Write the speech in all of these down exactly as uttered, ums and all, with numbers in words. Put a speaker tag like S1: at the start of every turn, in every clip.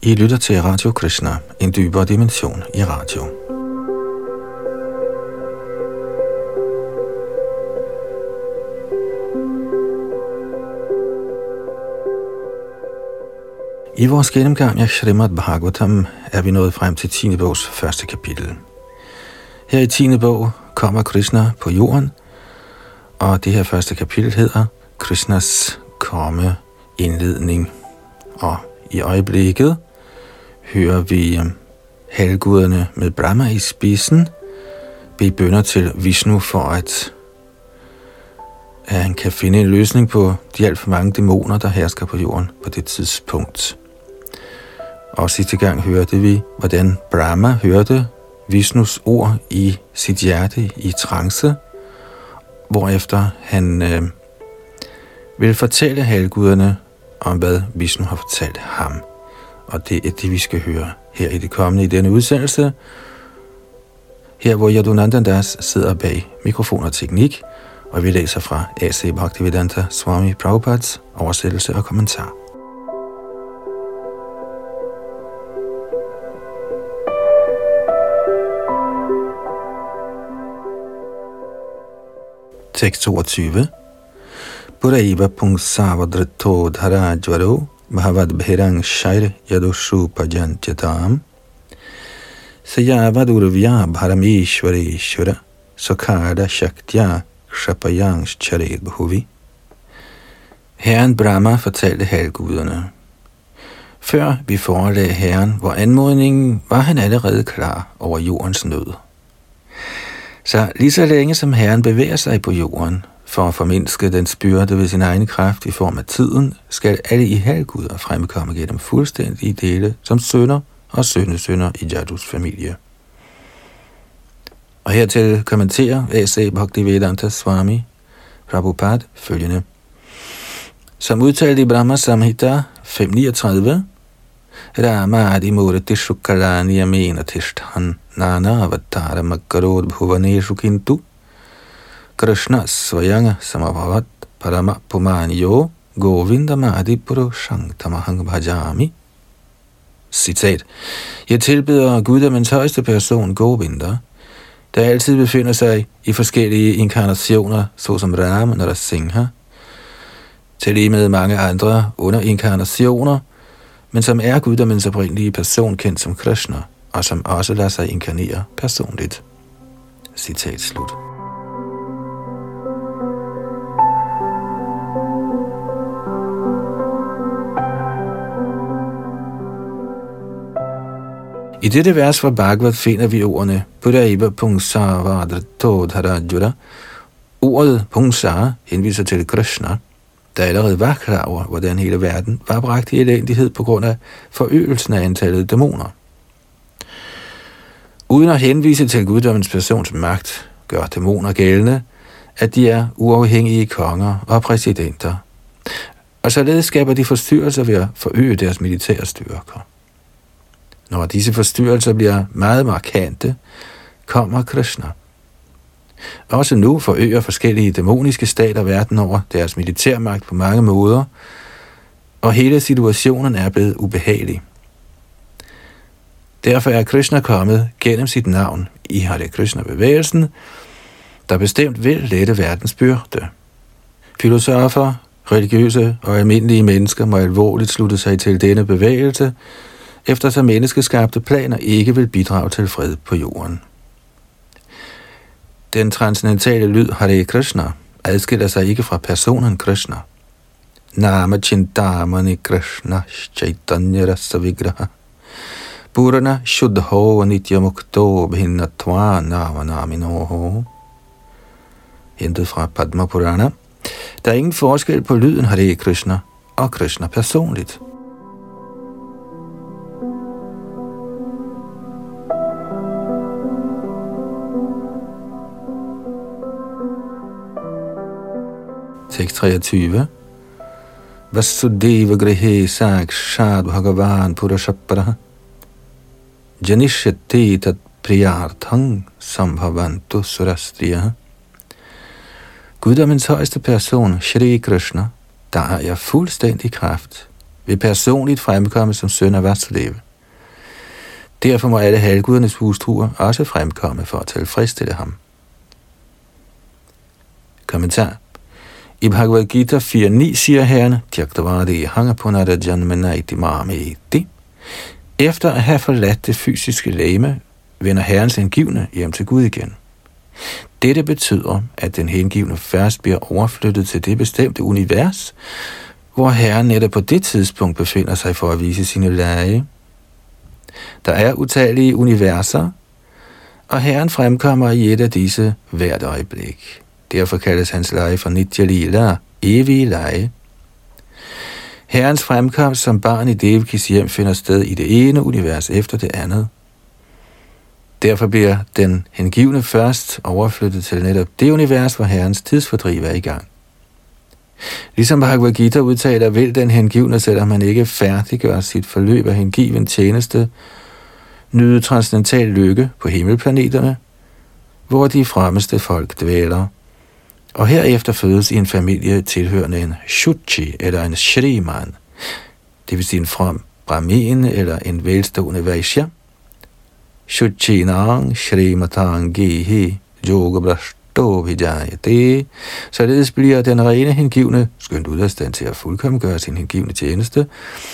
S1: I lytter til Radio Krishna, en dybere dimension i radio. I vores gennemgang af Srimad Bhagavatam er vi nået frem til tiende bogs første kapitel. Her i tiende bog kommer Krishna på jorden, og det her første kapitel hedder Krishnas komme indledning. Og i øjeblikket hører vi halvguderne med Brahma i spidsen bede bønner til Vishnu for at, at han kan finde en løsning på de alt for mange dæmoner, der hersker på jorden på det tidspunkt. Og sidste gang hørte vi, hvordan Brahma hørte Vishnus ord i sit hjerte i trance, hvorefter han øh, vil fortælle halvguderne om, hvad Vishnu har fortalt ham. Og det er det, vi skal høre her i det kommende i denne udsendelse. Her, hvor Yadunandandas sidder bag mikrofon og teknik, og vi læser fra A C Bhaktivedanta Swami Prabhupads oversættelse og kommentar. Tekst toogtyve. Puraiva pungsavadrito dharajvaro bhavad bherang shair yadushu pajanchatam sayavadurvya bharamishvareshvara sokada shaktya kshapayangs charet bhuvi. Herren Brahma fortalte halvguderne. Før vi forelagde herren vor anmodningen, var han allerede klar over jordens nød. Så lige så længe som herren bevæger sig på jorden, for at formindske den byrde ved sin egen kraft i form af tiden, skal alle i halvguder fremkomme gennem fuldstændige dele som sønner og sønnesønner i Yadus familie. Og hertil kommenterer A C Bhaktivedanta Swami Prabhupada følgende. Som udtalt i Brahma Samhita fem niogtredive, Rama adimurati shukalani amena tishthan nana avatara makarod bhuvaneshu kintu Krishna svayanga samabhavat parama pumanyo govindama adipurushang tamahang bhajami. Citat. Jeg tilbeder guddommens højeste person, Govinda, der altid befinder sig i forskellige inkarnationer, såsom Ram og Narasimha, til med mange andre underinkarnationer, men som er guddommens oprindelige person kendt som Krishna, og som også lader sig inkarnere personligt. Citat slut. I dette vers fra Bhagavad finder vi ordene Puraiva pungsavadrito dharajvara. Ordet pungsar henviser til Krishna, der allerede var klar over, hvordan hele verden var bragt i elendighed på grund af forøgelsen af antallet dæmoner. Uden at henvise til guddommens persons magt, gør dæmoner gældende, at de er uafhængige konger og præsidenter, og således skaber de forstyrrelser ved at forøge deres militære styrker. Når disse forstyrrelser bliver meget markante, kommer Krishna. Også nu forøger forskellige dæmoniske stater verden over deres militærmagt på mange måder, og hele situationen er blevet ubehagelig. Derfor er Krishna kommet gennem sit navn i Hare Krishna-bevægelsen, der bestemt vil lette verdens byrde. Filosofer, religiøse og almindelige mennesker må alvorligt slutte sig til denne bevægelse, eftersom menneskeskabte planer ikke vil bidrage til fred på jorden. Den transcendentale lyd Hare Krishna adskiller sig ikke fra personen Krishna. Nama Chintamani Krishna Chaitanya Rasa Vigraha Purana Shuddho Nityamukto Bhinnatva Navanaminoho. Hentet fra Padma Purana. Der er ingen forskel på lyden Hare Krishna og Krishna personligt. Tekst treogtyve. Vasudeva grihe sakshat bhagavan purashapara janishyate tat priyarthang sambhavantu surastriya. Guddommens højeste person, Shri Krishna, der ejer fuldstændig kraft, vil personligt fremkomme som søn af Vasudeva. Derfor må alle halvgudernes hustruer også fremkomme for at tilfredsstille ham. Kommentar. I Bhagavad Gita fire ni siger herren, Tyaktavadi hangapunara janmanaiti mameti. Efter at have forladt det fysiske legeme, vender herrens hengivne hjem til Gud igen. Dette betyder, at den hengivne først bliver overflyttet til det bestemte univers, hvor herren netop på det tidspunkt befinder sig for at vise sine lege. Der er utallige universer, og herren fremkommer i et af disse hvert øjeblik. Derfor kaldes hans lege for Nitya Lila, evige lege. Herrens fremkomst som barn i Devakis hjem finder sted i det ene univers efter det andet. Derfor bliver den hengivne først overflyttet til netop det univers, hvor herrens tidsfordriv er i gang. Ligesom Bhagavad Gita udtaler, vil den hengivne, selvom man ikke færdiggør sit forløb af hengiven tjeneste, nyde transcendental lykke på himmelplaneterne, hvor de fremmeste folk dvæler, og herefter fødes i en familie tilhørende en Shuchi eller en Shriman, det vil sige en from brahmin eller en velstående Vaishya. Shuchinang Shrimatang Gehi Yogabrashto Vijayate. Således bliver den rene hengivne, skønt ud af stand til at fuldkommen gøre sin hengivne tjeneste,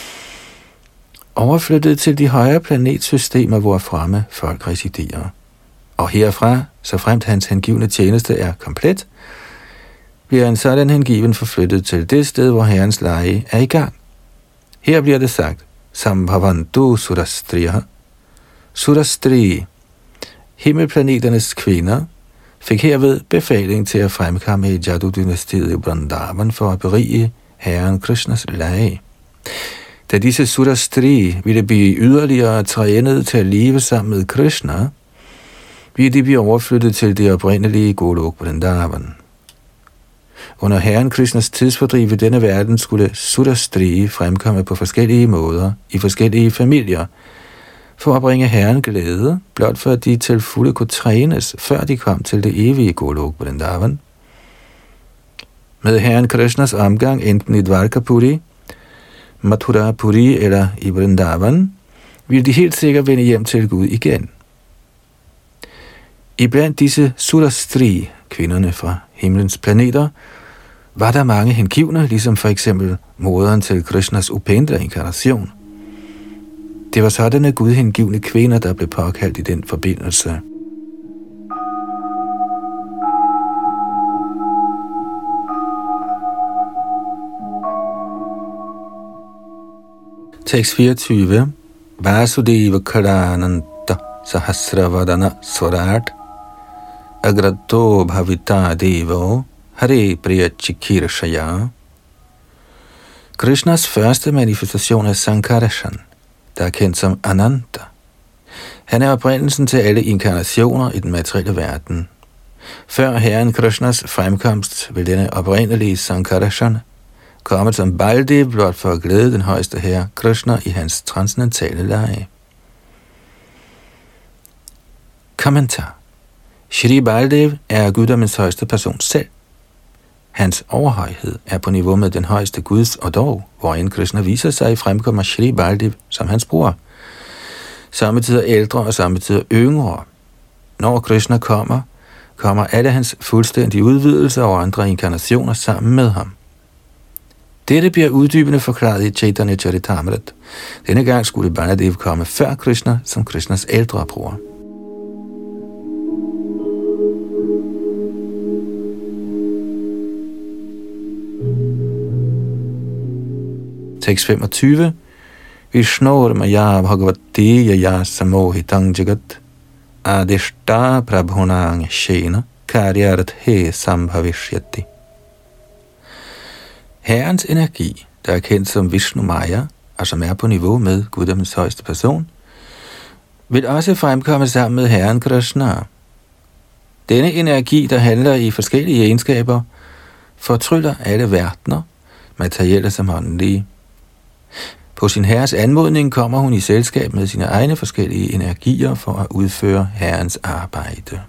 S1: overflyttet til de højere planetsystemer, hvor fremme folk residerer. Og herfra, så fremt hans hengivne tjeneste er komplet, bliver en sådan hengiven forflyttet til det sted, hvor herrens lege er i gang. Her bliver det sagt, Sambhavantu Surastriya. Surastri, himmelplaneternes kvinder, fik herved befaling til at fremkomme i Jadu-dynastiet i Vrindavan for at berige herren Krishnas lege. Da disse Surastri ville blive yderligere trænet til at leve sammen med Krishna, ville de blive overflyttet til det oprindelige Golok Vrindavan. Under herren Krishnas tidsfordriv i denne verden skulle Surastri fremkomme på forskellige måder i forskellige familier, for at bringe herren glæde, blot for at de til fulde kunne trænes, før de kom til det evige Golok Vrindavan. Med herren Krishnas omgang enten i Dvarkapuri, Mathurapuri eller i Vrindavan, ville de helt sikkert vende hjem til Gud igen. Iblandt disse Surastri, kvinderne fra himlens planeter, var der mange hengivne, ligesom for eksempel moderen til Krishnas Upendra-inkarnation. Det var sådanne gudhengivne kvinder, der blev påkaldt i den forbindelse. Tekst fireogtyve. Vasudeva Karananta Sahasravadana Swarat Agrato Bhavita Devo Hare Priya Chikirshaya. Krishnas første manifestation er Sankarshan, der er kendt som Ananta. Han er oprindelsen til alle inkarnationer i den materielle verden. Før herren Krishnas fremkomst vil denne oprindelige Sankarshan komme som Baldev blot for at glæde den højeste herre Krishna i hans transcendentale lege. Kommentar. Shri Baldev er guddommens højeste person selv. Hans overhøjhed er på niveau med den højeste Guds, og dog, hvorend Krishna viser sig, fremkommer Shri Baldev som hans bror. Samtidig ældre og samtidig yngre. Når Krishna kommer, kommer alle hans fuldstændige udvidelser og andre inkarnationer sammen med ham. Dette bliver uddybende forklaret i Chaitanya Charitamrita. Denne gang skulle Baladev komme før Krishna som Krishnas ældre bror. Tekst femogtyve. Vishnor maya bhagavati yaya samohitang jagat adishta prabhunang shena karyarthe sambhavishyati. Herrens energi, der er kendt som Vishnu Maya, og som er på niveau med guddommens højeste person, vil også fremkomme sammen med herren Krishna. Denne energi, der handler i forskellige egenskaber, fortryller alle verdener, materielle som åndelige. På sin herres anmodning kommer hun i selskab med sine egne forskellige energier for at udføre herrens arbejde.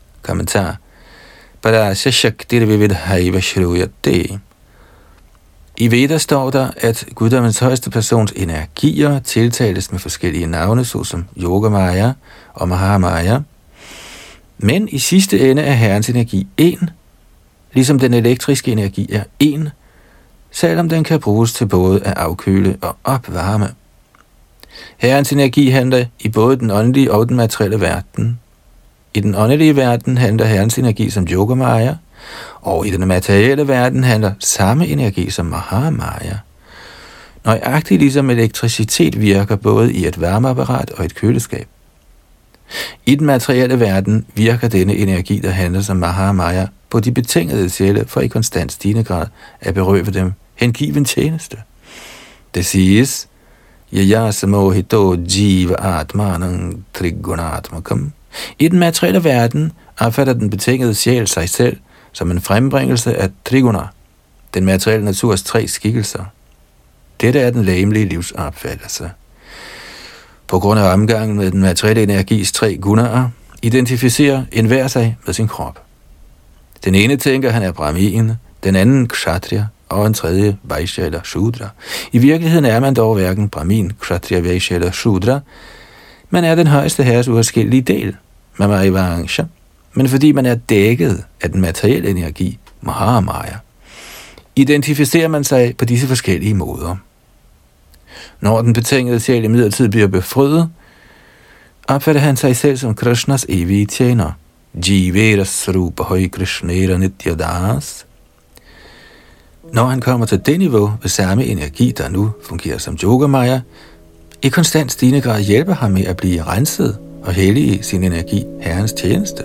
S1: Kommentar. I I Veda står der, at guddommens højeste persons energier tiltales med forskellige navne, såsom Yogamaya og Mahamaya. Men i sidste ende er Herrens energi én, ligesom den elektriske energi er én, selvom den kan bruges til både at afkøle og opvarme. Herrens energi handler i både den åndelige og den materielle verden. I den åndelige verden handler Herrens energi som Yogamaya, og i den materielle verden handler samme energi som Mahamaya. Nøjagtigt ligesom elektricitet virker både i et varmeapparat og et køleskab. I den materielle verden virker denne energi, der handler som Mahamaya, på de betingede sjæle for i konstant stigende grad at berøve dem hengiven tjeneste. Det siges, Yaya samohito jiva atmanang trigunatmakam. I den materielle verden opfatter den betingede sjæl sig selv som en frembringelse af triguna, den materielle naturs tre skikkelser. Dette er den legemlige livsopfattelse. På grund af omgangen med den materielle energis tre gunaer, identificerer enhver sig med sin krop. Den ene tænker, han er Brahmin, den anden Kshatriya, og en tredje Vaishya eller Shudra. I virkeligheden er man dog hverken Brahmin, Kshatriya, Vaishya eller Shudra. Man er den højeste herres uafskillelige del, Mamaivangsha, men fordi man er dækket af den materielle energi, Mahamaya, identificerer man sig på disse forskellige måder. Når den betingede sjæl imidlertid bliver befriet, opfatter han sig selv som Krishnas evige tjener. Jivera srupa høj Krishnera nityadas. Når han kommer til det niveau ved samme energi, der nu fungerer som Yogamaya, i konstant stigende grad hjælper ham med at blive renset og hellige sin energi Herrens tjeneste.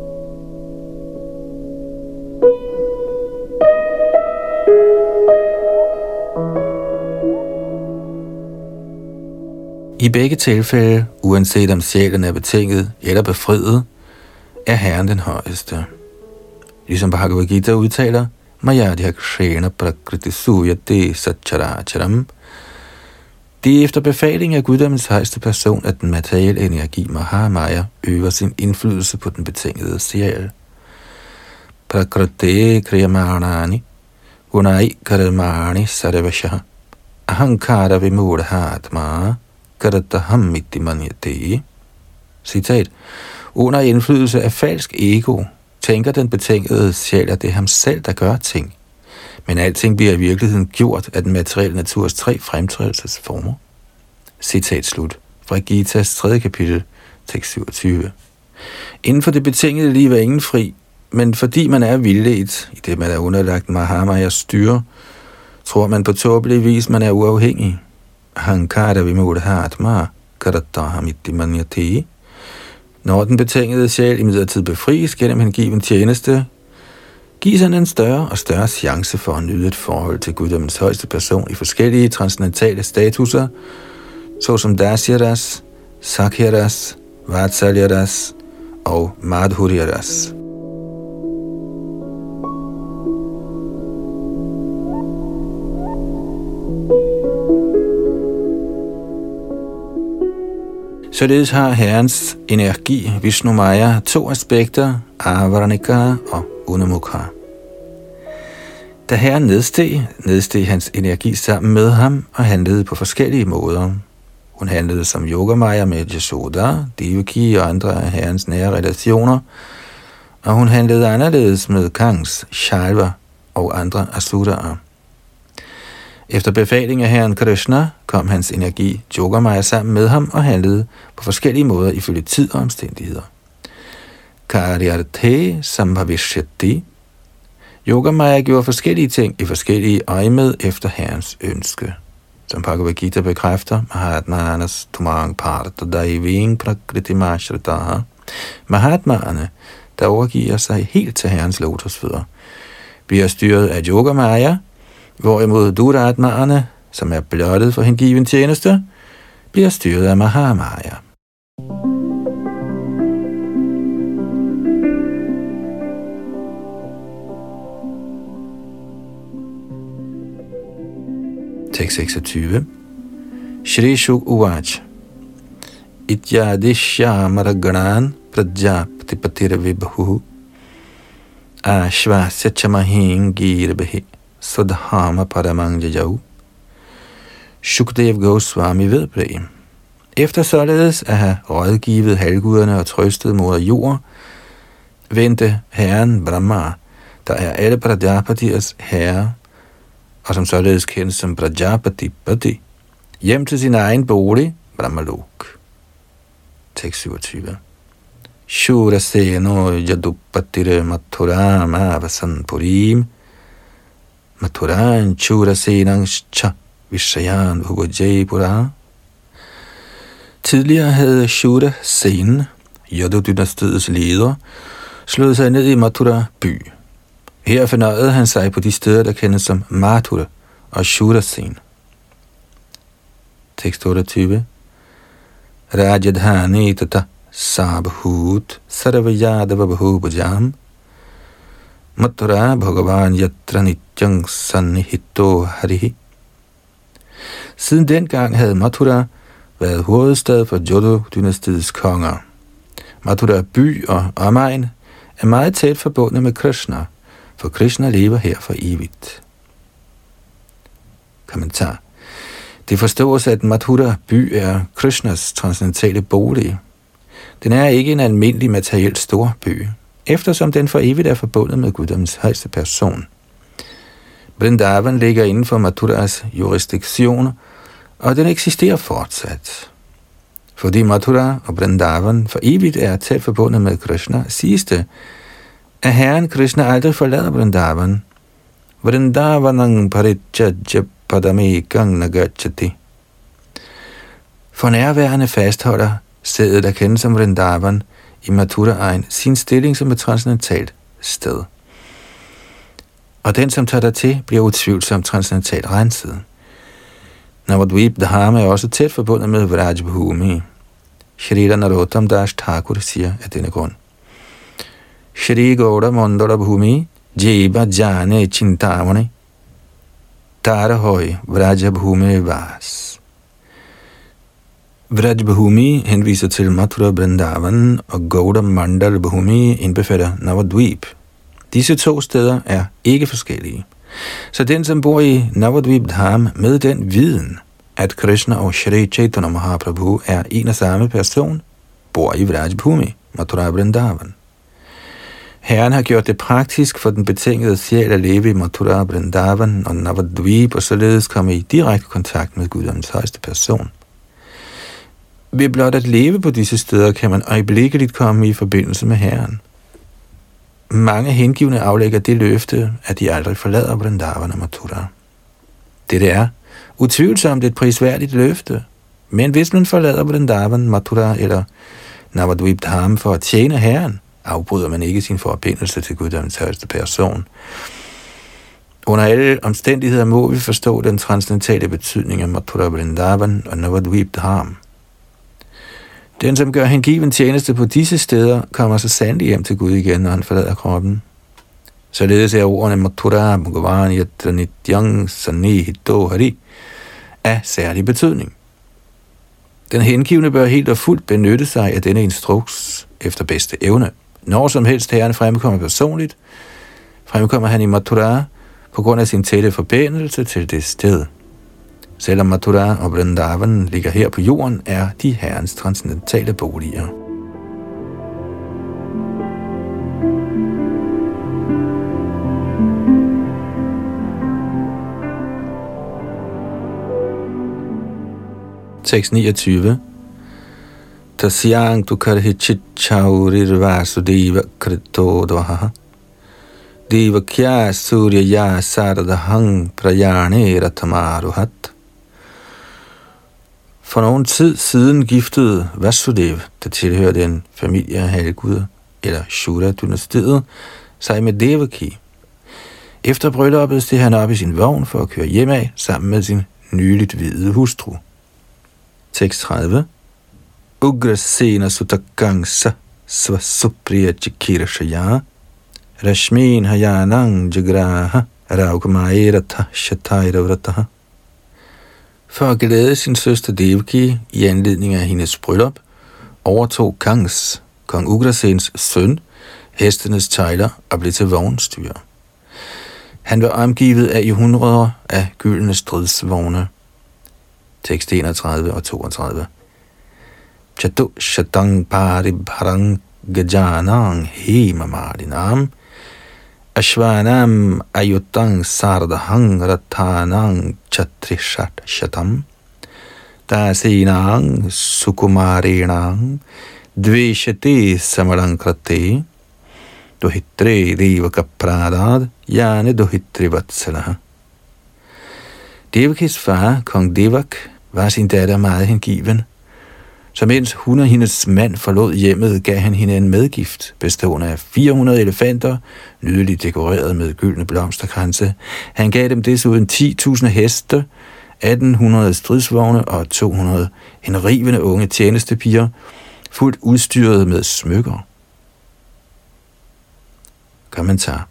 S1: I begge tilfælde, uanset om sjælen er betinget eller befriet, er Herren den højeste. Ligesom Bhagavad Gita udtaler, Mayadhya kshena prakriti suyate satcharacharam. Det er efter befaling af guddommens højeste person, at den materielle energi Mahamaya øver sin indflydelse på den betingede sjæl. Prakriti kriyamanani gunai karmani sarvashaha ahankara vimudhatma karataham iti manyate. Citat. Under indflydelse af falsk ego tænker den betingede sjæl, at det er ham selv, der gør ting. Men alting bliver i virkeligheden gjort af den materielle naturs tre fremtrædelsesformer. Citat slut. Fra Gitas tredje kapitel, tekst syvogtyve. Inden for det betingede liv er ingen fri, men fordi man er vildledt, i det man er underlagt Mahamayas styre, tror man på tåbelig vis, man er uafhængig. Hankara vimudhatma karataham iti manyate. Når den betingede sjæl imidlertid befries gennem hengiven tjeneste, gives han en større og større chance for at nyde et forhold til guddommens højeste person i forskellige transcendentale statuser, såsom Dasyaras, Sakyaras, Vatsalyaras og Madhuryaras. Således har Herrens energi, Vishnumaya, to aspekter, Avaranika og Unamukha. Da Herren nedsteg, nedsteg hans energi sammen med ham og handlede på forskellige måder. Hun handlede som Yogamaya med Yashoda, Devaki og andre af Herrens nære relationer, og hun handlede anderledes med Kangs, Shalva og andre asuraer. Efter befaling af Herren Krishna kom hans energi Yogamaya sammen med ham og handlede på forskellige måder ifølge tid og omstændigheder. Karyarte sambhavishyati. Yogamaya gjorde forskellige ting i forskellige øjemed efter Herrens ønske. Som Bhagavad Gita bekræfter, Mahatmanas tumang parta daiving prakritimashritaha. Mahatmaerne, der overgiver sig helt til Herrens lotusfødder, bliver styret af Yogamaya, hvorimod Duratmaerne, som er blottet for hengiven tjeneste, bliver styret af Mahamaya. Tekst seksogtyve. Shri Shuk Uvaj Ityadishya Maraganan Prajaptipatir Vibhu Ashvasya Chamahin Girbehi Sudhama Paramangjayav. Shukdev Goswami vedblev. Efter således at have rådgivet halvguderne og trøstet moder jord, vendte herren Brahma, der er alle Prajapatiers herre, og som således kendes som Prajapati Pati, hjem til sin egen bolig, Brahmalok. Tekst syvogtyve. Shuraseno Yadupatire Mathuram Avasan Purim Mathuran Shurasenangscha Vishayan Bhugajaypura. Tidligere havde Shura Sen, Yadu-dynastiets leder, slået sig ned i Mathura by. Her fornøjede han sig på de steder, der kendes som Mathura og Shurasen. Tekst otteogtyve. Rajadhani tata sabhut sarvayadava bahubajam Mathura Bhagavan yatra nityang sannihito harihi. Siden dengang havde Mathura været hovedstad for Yadu-dynastiets konger. Mathura by og omegn er meget tæt forbundet med Krishna, for Krishna lever her for evigt. Kommentar. Det forstås, at Mathura by er Krishnas transcendentale bolig. Den er ikke en almindelig materiel storby, eftersom den for evigt er forbundet med guddommens højeste person. Vrindavan ligger inden for Mathuras jurisdiktion, og den eksisterer fortsat. Fordi Mathura og Vrindavan for evigt er tæt forbundet med Krishna, siges det, at Herren Krishna aldrig forlader Vrindavan. Vrindavanang parityaja padamekang nagachati. For nærværende fastholder stedet, der kendes som Vrindavan, i Mathura-egen sin stilling som et transcendentalt sted. Og den, som tager dertil, bliver utvivlsomt transcendentalt renset. Navadvip Dham er også tæt forbundet med Vrajbhumi. Shrila Narottam Das Thakur siger af denne grund. Shri Gaura Mandala Bhumi Jeba Jane Chintamani Tarahoi Vrajbhumi Vas. Vrajbhumi henviser til Mathura Vrindavan, og Gaura Mandal Bhumi indbefatter Navadvip. Disse to steder er ikke forskellige. Så den, som bor i Navadvip Dham med den viden, at Krishna og Shri Chaitanya Mahaprabhu er en og samme person, bor i Vrajbhumi, Mathura Vrindavan. Herren har gjort det praktisk for den betingede sjæl at leve i Mathura Vrindavan og Navadvip, og således komme i direkte kontakt med guddommens højeste person. Ved blot at leve på disse steder, kan man øjeblikkeligt komme i forbindelse med Herren. Mange hengivne aflægger det løfte, at de aldrig forlader Vrindavan og Mathura. Dette er utvivlsomt et prisværdigt løfte, men hvis man forlader Vrindavan, Mathura eller Navadvip Dham for at tjene Herren, afbryder man ikke sin forbindelse til guddommens højeste person. Under alle omstændigheder må vi forstå den transcendentale betydning af Mathura Vrindavan og Navadvip Dham. Den, som gør hengiven tjeneste på disse steder, kommer så sandelig hjem til Gud igen, når han forlader kroppen. Således er ordene Mathura Bhagavan yatra nityang sannihito hari af særlig betydning. Den hengivne bør helt og fuldt benytte sig af denne instruks efter bedste evne. Når som helst Herren fremkommer personligt, fremkommer han i Mathura på grund af sin tætte forbindelse til det sted. Selvom Mathura og Vrindavan ligger her på jorden, er de Herrens transcendentale boliger. Tekst niogtyve. Tasyang tu karhichit chaurir vasudeva krito dvaha devakya suryaya sardahang prayane ratamaruhat. For nogen tid siden giftede Vasudev, der tilhørte en familie af halvguder, eller Shura-dynastiet, sig med Devaki. Efter brylluppet steg han op i sin vogn for at køre hjemad sammen med sin nyligt hvide hustru. Tekst tredive. Ugrasena sutakangsa svasupriya chikirashaya rashmin hayanang jagraha raukumairata shatairavrataha. For at glæde sin søster Devaki i anledning af hendes bryllup, overtog Kangs, kong Ugrasens søn, hestenes tejler og blev til vognstyrer. Han var omgivet af i hundreder af gyldne stridsvogne. Tekst enogtredive og toogtredive. Chatu shatang paribharang gajanang hemamadinam ashvanam ayutang sardahang rathanang chatrishat shatam dasinang sukumarinang dveshate samalankrate dohitre devakapradad jane dohitre vatsalaha. Devakis far, kong Devak, var sin datter meget hengiven. Så mens hun og hendes mand forlod hjemmet, gav han hende en medgift, bestående af fire hundrede elefanter, nydeligt dekoreret med gyldne blomsterkranse. Han gav dem desuden ti tusind heste, atten hundrede stridsvogne og to hundrede henrivende unge tjenestepiger, fuldt udstyret med smykker. Kommentar.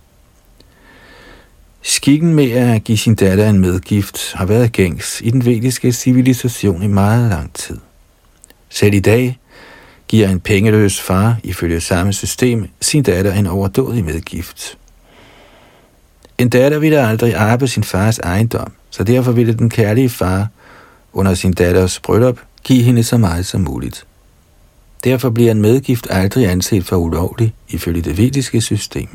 S1: Skikken med at give sin datter en medgift har været gængs i den vediske civilisation i meget lang tid. Selv i dag giver en pengeløs far, ifølge samme system, sin datter en overdådig medgift. En datter ville aldrig arve sin fars ejendom, så derfor ville den kærlige far under sin datters bryllup give hende så meget som muligt. Derfor bliver en medgift aldrig anset for ulovlig, ifølge det vediske system.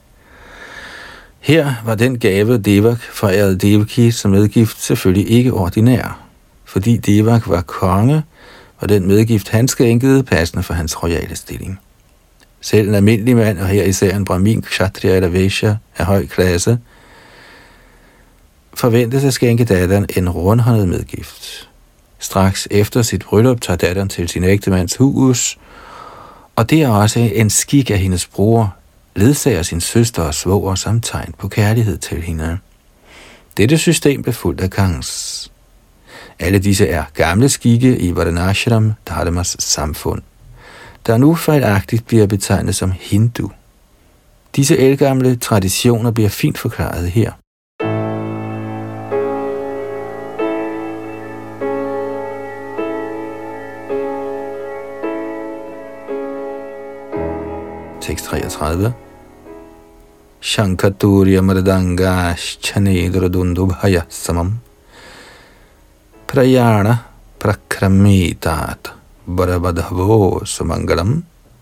S1: Her var den gave, Devak forærede Devaki som medgift, selvfølgelig ikke ordinær. Fordi Devak var konge, og den medgift han skænkede passende for hans royale stilling. Selv en almindelig mand, og her især en brahmin, kshatriya eller vaishya af høj klasse, forventes at skænke datteren en rundhåndet medgift. Straks efter sit bryllup tager datteren til sin ægtemands hus, og det er også en skik af hendes bror, ledsager sin søster og svoger som tegn på kærlighed til hende. Dette system blev fuldt af Kangs. Alle disse er gamle skikke i Varnashram Dharmas samfund, der nu fejlagtigt bliver betegnet som hindu. Disse ældgamle traditioner bliver fint forklaret her. Tekst treogtredive. Shankaturiya mardanga chanedradundubhaya samam prayana prakramitat barabadhavo sumangalam.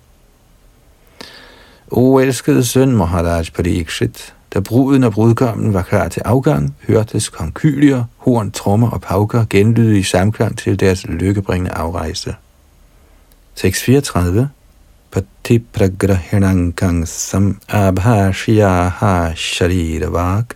S1: O elskede søn Maharaj Parikshit, da bruden og brudgommen var klar til afgang, hørtes konkylier, horn, trommer og pauker genlyde i samklang til deres lykkebringende afrejse. Tekst fireogtredive. Pati pragrahinankang sam abhashyaha shariravak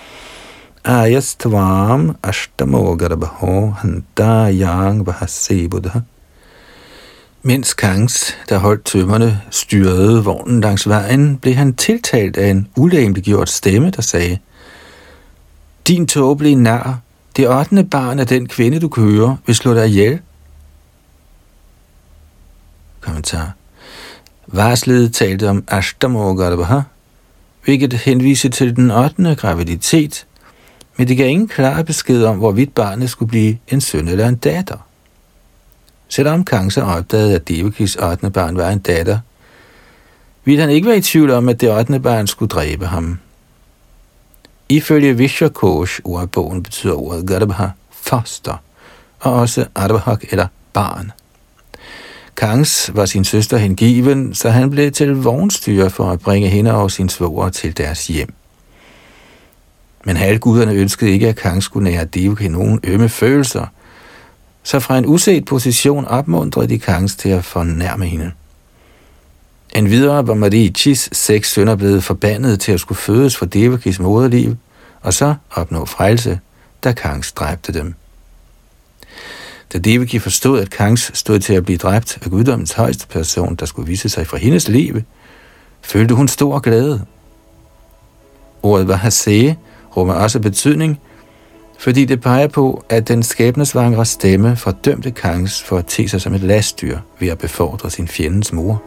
S1: ayastvam ashtamo garbho hantayang vahase buddha. Mens Kangs, der holdt tømmerne, styrede vognen langs vejen, blev han tiltalt af en ulegemliggjort stemme, der sagde: Din tåbelige nar, det ottende barn af den kvinde, du kører, vil slå dig ihjel. Kommentar. Varslet talte om Ashtamo Garbha, hvilket henviser til den ottende graviditet, men det gav ingen klar besked om, hvorvidt barnet skulle blive en søn eller en datter. Selvom Kansa opdagede, at Devakis ottende barn var en datter, ville han ikke være i tvivl om, at det ottende barn skulle dræbe ham. Ifølge Vishwakosh ordbogen betyder ordet Garbha foster, og også Arbhak eller barn. Kangs var sin søster hengiven, så han blev til vognstyrer for at bringe hende og sin svoger til deres hjem. Men halvguderne ønskede ikke, at Kangs skulle nære Devaki nogen ømme følelser, så fra en uset position opmuntrede de Kangs til at fornærme hende. Endvidere var Marichis seks sønner blevet forbandet til at skulle fødes for Devakis moderliv, og så opnå frelse, da Kangs dræbte dem. Da Devaki forstod, at Kangs stod til at blive dræbt af guddommens højeste person, der skulle vise sig fra hendes liv, følte hun stor glæde. Ordet vahase rummer også betydning, fordi det peger på, at den skæbnesvangre stemme fordømte Kangs for at te sig som et lastdyr ved at befordre sin fjendens mor.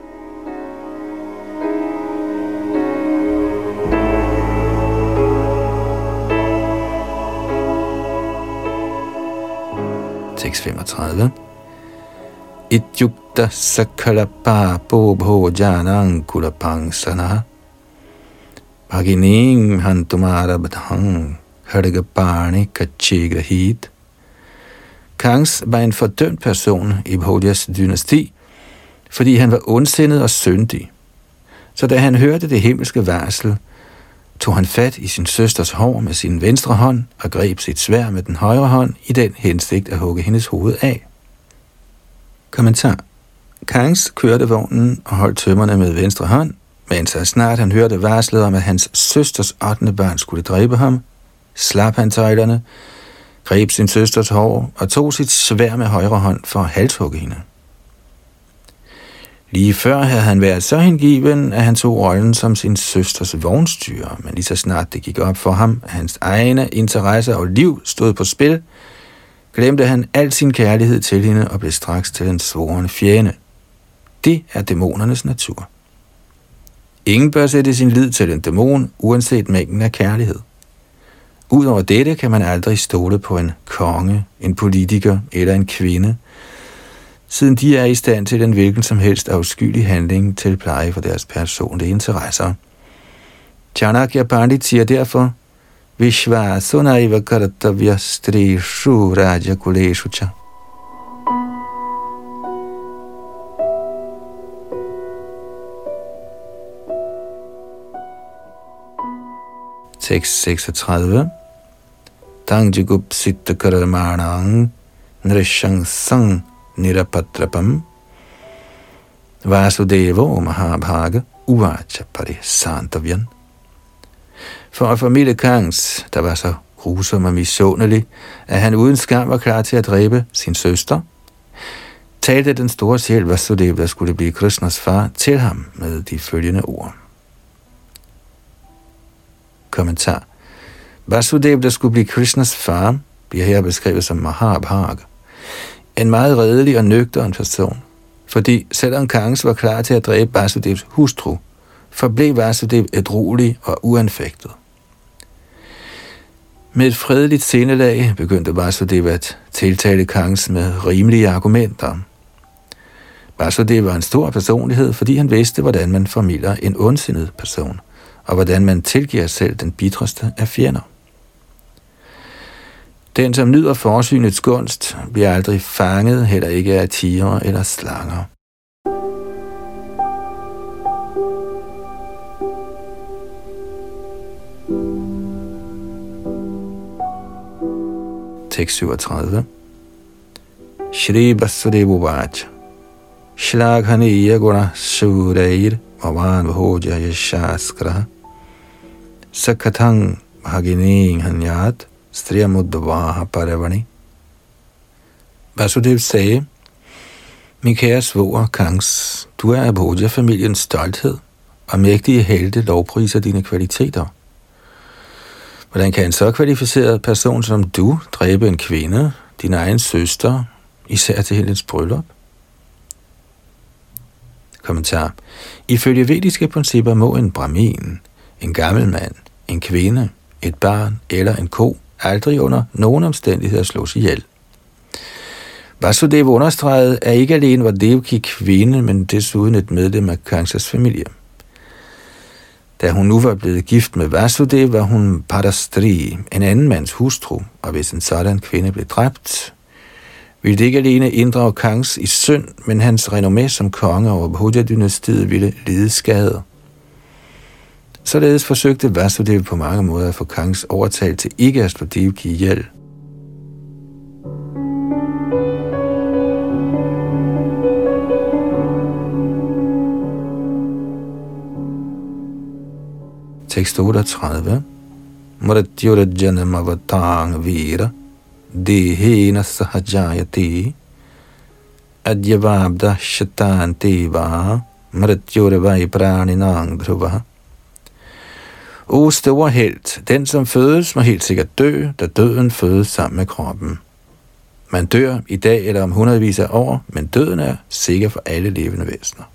S1: Tekst femogtredive. Ityukta sakalapa bobho janang kulapang sana Bhagining han tumara badhang hargapani kachigrahit. Kangs var en fordømt person i Bhodjas dynasti, fordi han var ondsindet og syndig. Så da han hørte det himmelske varsel, tog han fat i sin søsters hår med sin venstre hånd og greb sit sværd med den højre hånd i den hensigt at hugge hendes hoved af. Kommentar. Kangs kørte vognen og holdt tømmerne med venstre hånd, men så snart han hørte varslet om, at hans søsters ottende barn skulle dræbe ham, slap han tøjlerne, greb sin søsters hår og tog sit sværd med højre hånd for at halshugge hende. Lige før havde han været så hengiven, at han tog rollen som sin søsters vognstyrer, men lige så snart det gik op for ham, at hans egne interesser og liv stod på spil, glemte han al sin kærlighed til hende og blev straks til en svoren fjende. Det er dæmonernes natur. Ingen bør sætte sin lid til en dæmon, uanset mængden af kærlighed. Udover dette kan man aldrig stole på en konge, en politiker eller en kvinde, siden de er i stand til en hvilken som helst afskyelig handling til pleje for deres personlige interesser. Chanakya Pandit siger derfor, Vishvasunaiva kartavya strishu rajakuleshucha. Tekst seksogtredive. Tangjigupsitta karamanang nrishang sang nirapatrapam Vasudevo Mahabhaga uvacha parisantavyan. For at formidle Kangs, der var så grusom og misundelig, at han uden skam var klar til at dræbe sin søster, talte den store sjæl Vasudeva, der skulle blive Krishnas far, til ham med de følgende ord. Kommentar. Vasudeva, der skulle blive Krishnas far, bliver her beskrevet som Mahabhaga. En meget redelig og nøgtern person, fordi selvom Kangs var klar til at dræbe Vasudevs hustru, forblev Vasudev ædruelig og uanfægtet. Med et fredeligt sindelag begyndte Vasudev at tiltale Kangs med rimelige argumenter. Vasudev var en stor personlighed, fordi han vidste, hvordan man formidler en ondsindet person, og hvordan man tilgiver selv den bitreste af fjender. Den, som nyder forsynets gunst, bliver aldrig fanget, heller ikke af tigre eller slanger. Tekst syvogtredive. Shri Vasudeva Vacha Shlaghaniya Guna Surair Vavan Bhoja Yashaskra Sakatang Bhagining Hanyat Striyamudvaha Paravani. Vasudev sagde, min kære svoger Kangs, du er af Bhoja-familiens stolthed, og mægtige helte lovpriser dine kvaliteter. Hvordan kan en så kvalificeret person som du dræbe en kvinde, din egen søster, især til hendes bryllup? Kommentar. Ifølge vediske principper må en brahmin, en gammel mand, en kvinde, et barn eller en ko aldrig under nogen omstændigheder slås ihjel. Vasudeva understregede, at ikke alene var Devaki kvinde, men desuden et medlem af Kangsas familie. Da hun nu var blevet gift med Vasudeva, var hun Padastri, en anden mands hustru, og hvis en sådan kvinde blev dræbt, ville det ikke alene inddrage Kangs i synd, men hans renommé som konge over Bhoja-dynastiet ville lide skade. Således forsøgte Vasudeva på mange måder at få Kangs overtalt til ikke at slå Devaki ihjel. Tekst otteogtredive. Mrityurjanamavatang vira dehena sahajayati adyavabda shatanti va mrityurvai praninang dhruva. O store helt, den som fødes må helt sikkert dø, da døden fødes sammen med kroppen. Man dør i dag eller om hundredvis af år, men døden er sikker for alle levende væsener.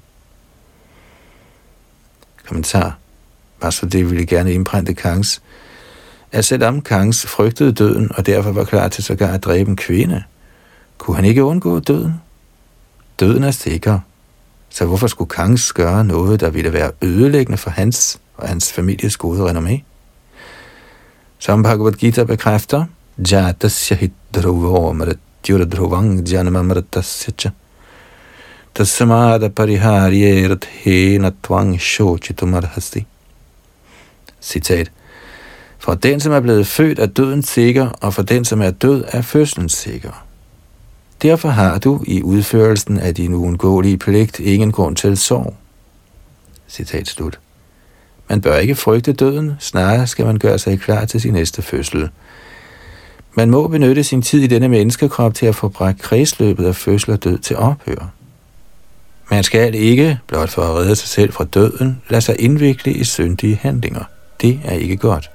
S1: Kommentar. Vasudeva ville gerne indprinte Kangs, at selvom Kangs frygtede døden og derfor var klar til sågar at dræbe en kvinde, kunne han ikke undgå døden. Døden er sikker, Så hvorfor skulle Kangs gøre noget, der ville være ødelæggende for hans og hans families gode renommé? Som Bhagavad Gita bekræfter, Jatasya hidruvo mrityurdruvang janamamritasya tasamada pariharyerat hena tvang shochitumarhasti. Citat. For den, som er blevet født, er døden sikker, og for den, som er død, er fødslen sikker. Derfor har du i udførelsen af din uundgåelige pligt ingen grund til sorg. Citat slut. Man bør ikke frygte døden, snarere skal man gøre sig klar til sin næste fødsel. Man må benytte sin tid i denne menneskekrop til at få bragt kredsløbet af fødsel og død til ophør. Man skal ikke, blot for at redde sig selv fra døden, lade sig indvikle i syndige handlinger. Det er ikke godt.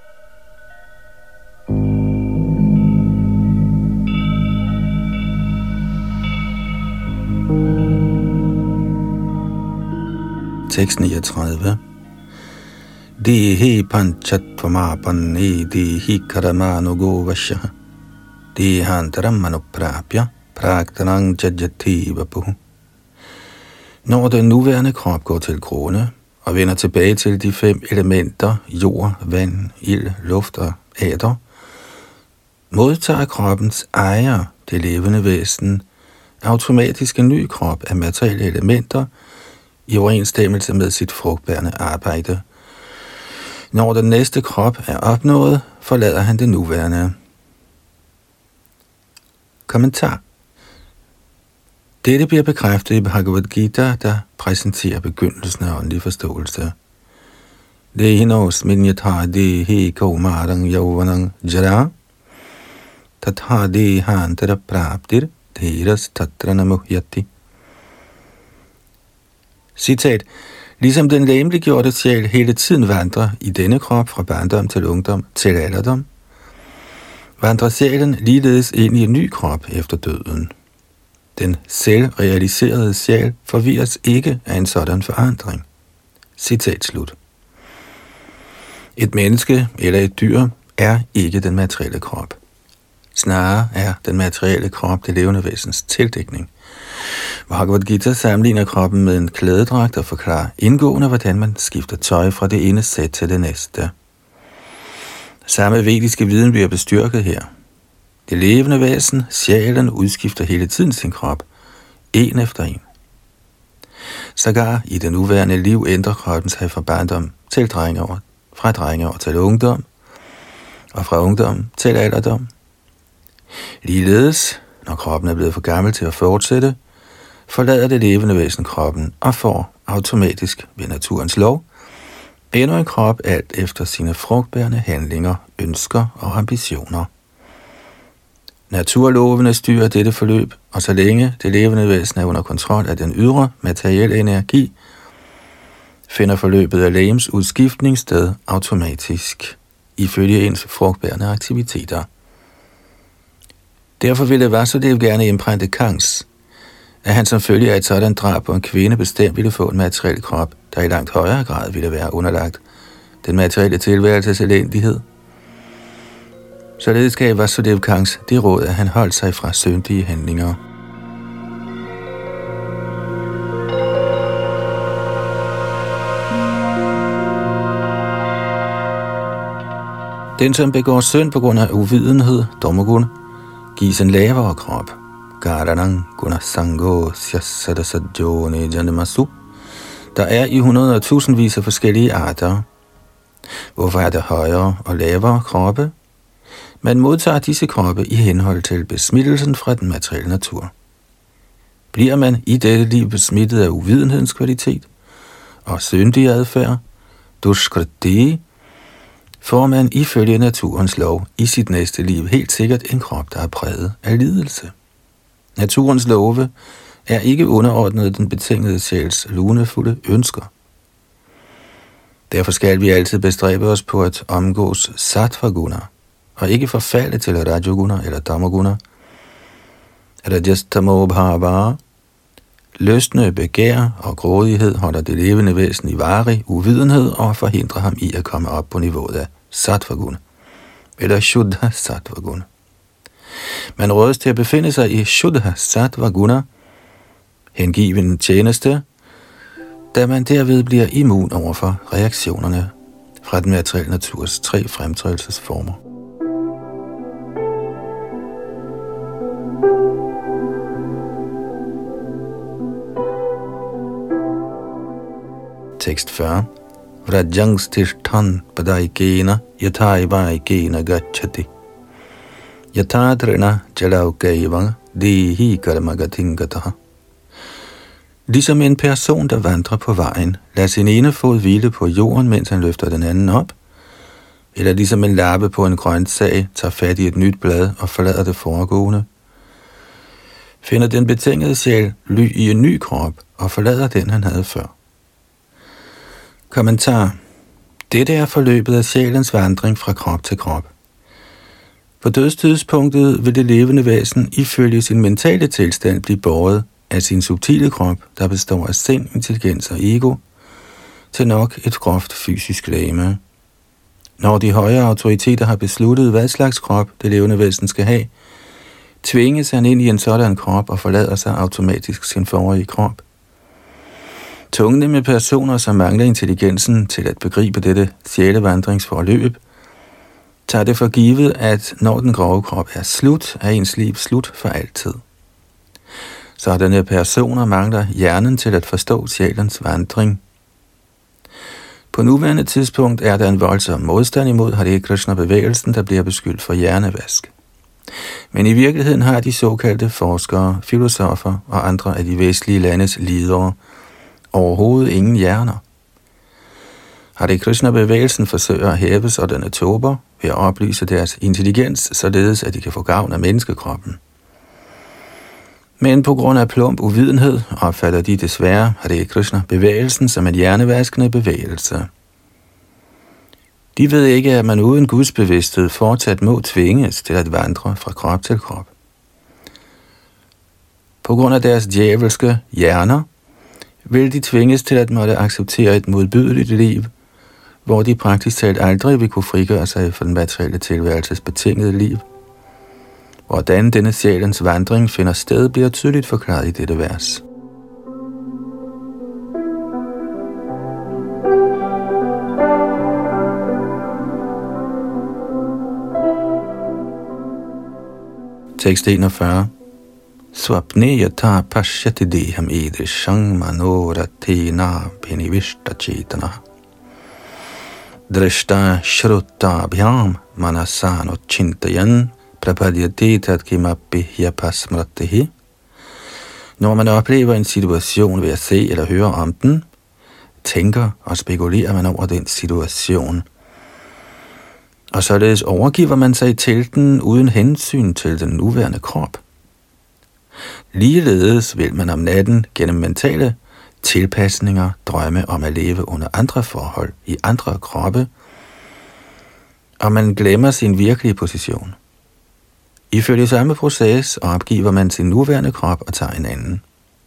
S1: Tekst niogtredive. Dehi panchatvamapanne dehi karamano govasya dehantaramanoprapya praktanang jajati vapuhu. Når den nuværende krop går til grunde og vender tilbage til de fem elementer, jord, vand, ild, luft og æter, modtager kroppens ejer, det levende væsen, automatisk en ny krop af materielle elementer i overensstemmelse med sit frugtbærende arbejde. Når den næste krop er opnået, forlader han det nuværende. Kommentar. Dette bliver bekræftet i Bhagavad Gita, der præsenterer begyndelsen af åndelig forståelse. Dehinos minyatha dehi kaumarang yauvanang jara tatha dehantara praptir dehiras tatranamuhyati. Citat. Ligesom den legemliggjorte sjæl hele tiden vandrer i denne krop fra barndom til ungdom til alderdom, vandrer sjælen ligeledes ind i en ny krop efter døden. Den selvrealiserede sjæl forvirres ikke af en sådan forandring. Citat slut. Et menneske eller et dyr er ikke den materielle krop. Snarere er den materielle krop det levende væsens tildækning. Bhagavad Gita sammenligner kroppen med en klædedragt og forklarer indgående, hvordan man skifter tøj fra det ene sæt til det næste. Samme vediske viden bliver bestyrket her. Det levende væsen, sjælen, udskifter hele tiden sin krop, en efter en. Sågar i det nuværende liv ændrer kroppen sig fra barndom til drengeår, fra drengeår til ungdom, og fra ungdom til alderdom. Ligeledes, når kroppen er blevet for gammel til at fortsætte, forlader det levende væsen kroppen og får automatisk ved naturens lov endnu en krop alt efter sine frugtbærende handlinger, ønsker og ambitioner. Naturlovene styrer dette forløb, og så længe det levende væsen er under kontrol af den ydre materielle energi, finder forløbet af legems udskiftning sted automatisk, ifølge ens frugtbærende aktiviteter. Derfor ville Vasudev gerne indprinte Kangs, at han som følge af et sådan drab på en kvinde bestemt ville få en materiel krop, der i langt højere grad ville være underlagt den materielle tilværelses elendighed. Således gav Vasudev Kangs det råd, at han holdt sig fra syndige handlinger. Den, som begår synd på grund af uvidenhed, dommergun, gives en lavere krop. Karanang gunasango syasadasadjone janemasu. Der er i hundrede og tusindvis af forskellige arter. Hvorfor er der højere og lavere kroppe? Man modtager disse kroppe i henhold til besmittelsen fra den materielle natur. Bliver man i dette liv besmittet af uvidenhedens kvalitet og syndig adfærd, dushkriti, får man ifølge naturens lov i sit næste liv helt sikkert en krop, der er præget af lidelse. Naturens love er ikke underordnet den betingede sjæls lunefulde ønsker. Derfor skal vi altid bestræbe os på at omgås sattva-guna, og ikke forfalde til rajoguna eller tamoguna. Rajastamo bhava. Lystne, begær og grådighed holder det levende væsen i varig uvidenhed og forhindrer ham i at komme op på niveauet af sattva-guna, eller shuddha sattva-guna. Man rådes til at befinde sig i shuddha sattva-guna, hengiven tjeneste, da man derved bliver immun over for reaktionerne fra den materielle naturs tre fremtrædelsesformer. Tekst fyrre. Vrajangstishtan padaikena yataivaikena gacchati yatadrina jalaukaiva dihi karmagatingataha. Ligesom en person, der vandrer på vejen, lader sin ene fod hvile på jorden, mens han løfter den anden op, eller ligesom en larve på en grøntsag tager fat i et nyt blad og forlader det foregående, finder den betingede sjæl ly i en ny krop og forlader den, han havde før. Kommentar. Dette er forløbet af sjælens vandring fra krop til krop. På dødstidspunktet vil det levende væsen ifølge sin mentale tilstand blive båret af sin subtile krop, der består af sind, intelligens og ego, til nok et groft fysisk legeme. Når de højere autoriteter har besluttet, hvad slags krop det levende væsen skal have, tvinges han ind i en sådan krop og forlader sig automatisk sin forrige krop. Tungne med personer, som mangler intelligensen til at begribe dette sjælevandringsforløb, tager det for givet, at når den grove krop er slut, er ens liv slut for altid. Sådanne personer mangler hjernen til at forstå sjælens vandring. På nuværende tidspunkt er der en voldsom modstand imod Hare Krishna-bevægelsen, der bliver beskyldt for hjernevask. Men i virkeligheden har de såkaldte forskere, filosofer og andre af de vestlige landes ledere overhovedet ingen hjerner. Hare Krishna-bevægelsen forsøger at hæve sådanne tober ved at oplyse deres intelligens, således at de kan få gavn af menneskekroppen. Men på grund af plump uvidenhed opfatter de desværre Hare Krishna-bevægelsen som en hjernevaskende bevægelse. De ved ikke, at man uden Guds bevidsthed fortsat må tvinges til at vandre fra krop til krop. På grund af deres djævelske hjerner vil de tvinges til at måtte acceptere et modbydeligt liv, hvor de praktisk talt aldrig vil kunne frigøre sig fra den materielle tilværelses betingede liv. Hvordan denne sjælens vandring finder sted, bliver tydeligt forklaret i dette vers. Tekst enogfyrre. Swapne yata pashyati deham idrishang manoratena pinivishta chetana drishta shrutta bhyam manasano chintayan prapadyate tatkimappi yapasmratihi. Når man oplever en situation ved at se eller høre om den, tænker og spekulerer man over den situation. Og således overgiver man sig til den uden hensyn til den nuværende krop. Ligeledes vil man om natten gennem mentale tilpasninger drømme om at leve under andre forhold i andre kroppe, og man glemmer sin virkelige position. Ifølge samme proces opgiver man sin nuværende krop og tager en anden.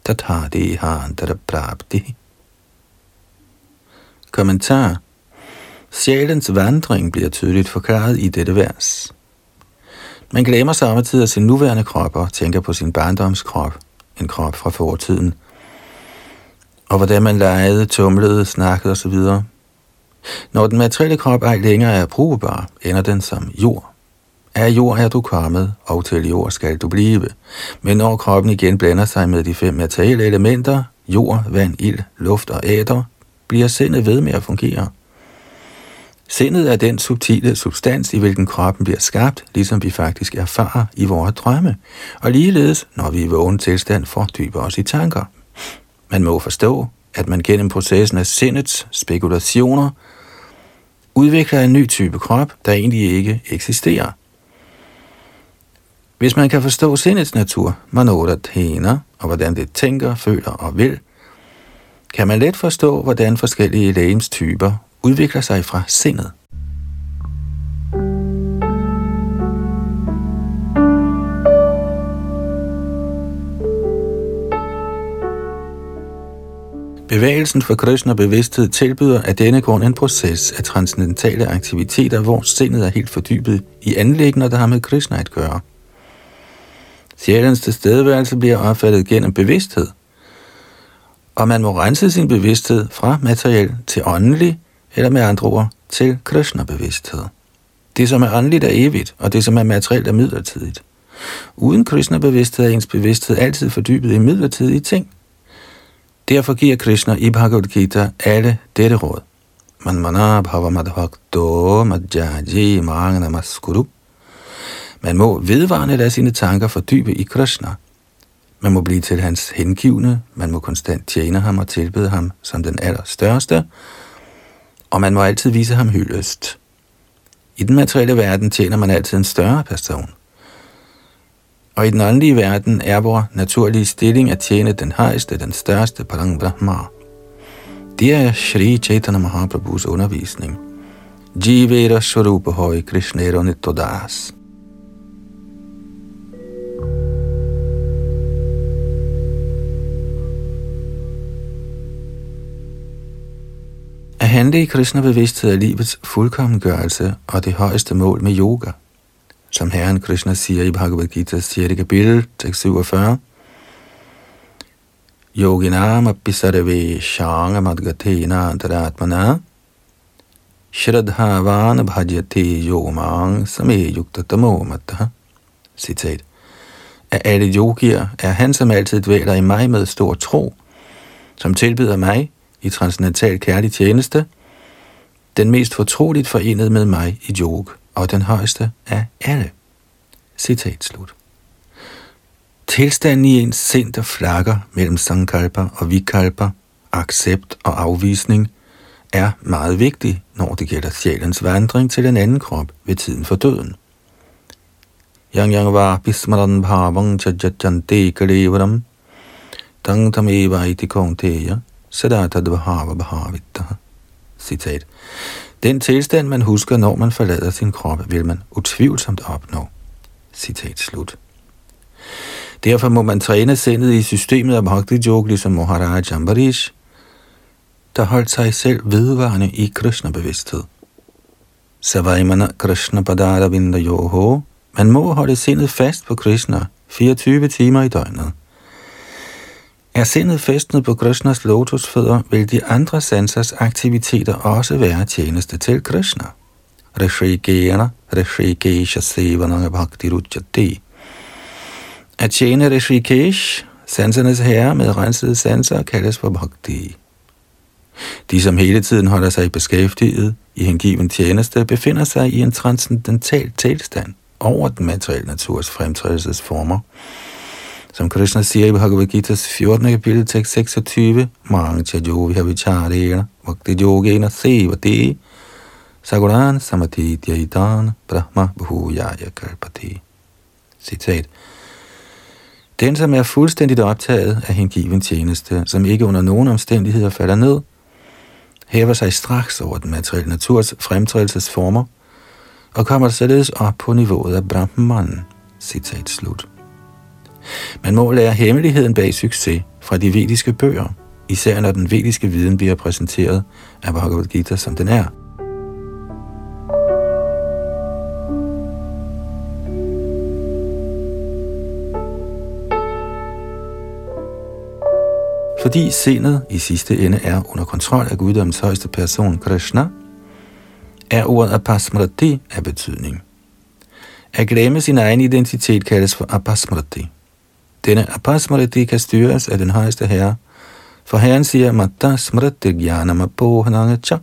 S1: Kommentar. Sjælens vandring bliver tydeligt forklaret i dette vers. Man glemmer samtidig sin nuværende krop og tænker på sin barndomskrop, en krop fra fortiden, og hvordan man legede, tumlede, snakkede osv. Når den materielle krop ej længere er brugbar, ender den som jord. Af jord er du kommet, og til jord skal du blive. Men når kroppen igen blander sig med de fem materielle elementer, jord, vand, ild, luft og æter, bliver sindet ved med at fungere. Sindet er den subtile substans, i hvilken kroppen bliver skabt, ligesom vi faktisk erfarer i vores drømme, og ligeledes, når vi i vågen tilstand fordyber os i tanker. Man må forstå, at man gennem processen af sindets spekulationer udvikler en ny type krop, der egentlig ikke eksisterer. Hvis man kan forstå sindets natur, manoratena, og hvordan det tænker, føler og vil, kan man let forstå, hvordan forskellige legemstyper udvikler sig fra sindet. Bevægelsen for Krishna bevidsthed tilbyder af denne grund en proces af transcendentale aktiviteter, hvor sindet er helt fordybet i anliggender, der har med Krishna at gøre. Sjælens tilstedeværelse bliver opfattet gennem bevidsthed, Og man må rense sin bevidsthed fra materiel til åndelig, eller med andre ord, til Krishna-bevidsthed. Det, som er åndeligt, er evigt, og det, som er materielt, er midlertidigt. Uden Krishna-bevidsthed er ens bevidsthed altid fordybet i midlertidige ting. Derfor giver Krishna i Bhagavad Gita alle dette råd. Man mana bhava madhakto madhyaji magna maskuru. Man må vedvarende lade sine tanker fordybe i Krishna. Man må blive til hans hengivne, man må konstant tjene ham og tilbede ham som den allerstørste, og man må altid vise ham hyldest. I den materielle verden tjener man altid en større person. Og i den åndelige verden er vor naturlige stilling at tjene den højeste, den største Parang Brahma. Det er Shri Chaitanya Mahaprabhus undervisning. Jivera Swarupa Hoi Krishnero Nittodas. At handle i Krishna-bevidsthed er livets fuldkommengørelse og det højeste mål med yoga. Som Herren Krishna siger i Bhagavad Gita's sjette kapitel, tekst syvogfyrre. Yoginam apisarve shanga madgatena antaratmana shradhavana bhajate yomang same yukta tamo mata. Citat. Af alle yogier er han, som altid dvæler i mig med stor tro, som tilbyder mig i transcendental kærlig tjeneste, den mest fortroligt forenet med mig i yoga, og den højeste af alle. Citat slut. Tilstanden i ens sind, der flakker mellem sankalpa og vikalpa, accept og afvisning, er meget vigtig, når det gælder sjælens vandring til en anden krop ved tiden for døden. Yang yang var bismaran bhavang chajajante kalevaram tang tam eva iti konteya sadatad bhava bhavita. Citat. Den tilstand, man husker, når man forlader sin krop, vil man utvivlsomt opnå. Citat slut. Derfor må man træne sindet i systemet af Bhakti-yoga, ligesom Maharaj Ambarish, der holdt sig selv vedvarende i Krishna-bevidsthed. Savaimana Krishna Padara Vinda Yoho. Man må holde sindet fast på Krishna fireogtyve timer i døgnet. Er sindet fæstnet på Krishnas lotusfødder, vil de andre sansers aktiviteter også være tjeneste til Krishna. Rishikena, Rishikesha Sevananga Bhakti Rujyate. At tjene Rishikesh, sansernes herre med rensede sanser, kaldes for bhakti. De, som hele tiden holder sig beskæftiget i hengiven tjeneste, befinder sig i en transcendental tilstand over den materielle naturs fremtrædelsesformer. Som Krishna siger i Bhagavad Gita's fjortende kapitel, tekst seksogtyve, Mang chajoviha vicharena, bhakti yogena sevate, saguran samadhi dhyaitan, brahma bhujaya kalpati. Citat. Den, som er fuldstændigt optaget af hengiven tjeneste, som ikke under nogen omstændigheder falder ned, hæver sig straks over den materielle naturs fremtrædelsesformer og kommer således op på niveauet af Brahman. Citat slut. Man må lære hemmeligheden bag succes fra de vediske bøger, især når den vediske viden bliver præsenteret af Bhagavad Gita, som den er. Fordi sindet i sidste ende er under kontrol af guddommens højeste person, Krishna, er ordet apasmriti af betydning. At glemme sin egen identitet kaldes for apasmriti. Denne apasmriti kan styres af den højeste herre, for herren siger, Matta smriti jnanam apohanangacha.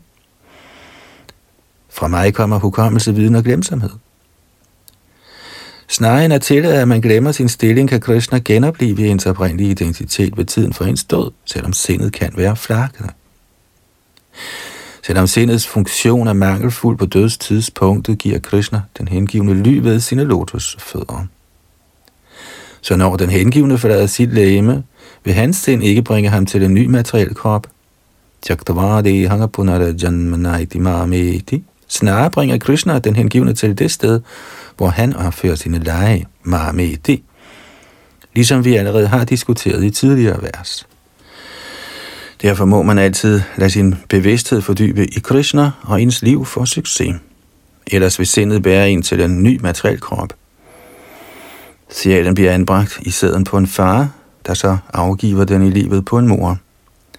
S1: Fra mig kommer hukommelse, viden og glemsomhed. Snarere end at tillade, at man glemmer sin stilling, kan Krishna genopleve ens oprindelige identitet ved tiden for ens død, selvom sindet kan være flakkende. Selvom sindets funktion er mangelfuld på dødstidspunktet, giver Krishna den hengivne ly ved sine lotusfødder. Så når den hengivne forlader sit legeme, vil hans sind ikke bringe ham til en ny materiel krop. Snarere bringer Krishna den hengivne til det sted, hvor han opfører sine lege, Mahameti, ligesom vi allerede har diskuteret i tidligere vers. Derfor må man altid lade sin bevidsthed fordybe i Krishna, og ens liv få succes. Ellers vil sindet bære en til en ny materiel krop. Sjælen bliver anbragt i sæden på en far, der så afgiver den i livet på en mor.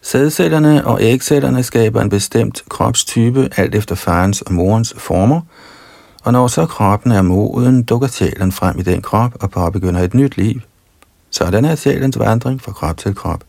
S1: Sædcellerne og ægcellerne skaber en bestemt kropstype alt efter farens og morens former, og når så kroppen er moden, dukker sjælen frem i den krop og påbegynder et nyt liv. Sådan er sjælens vandring fra krop til krop.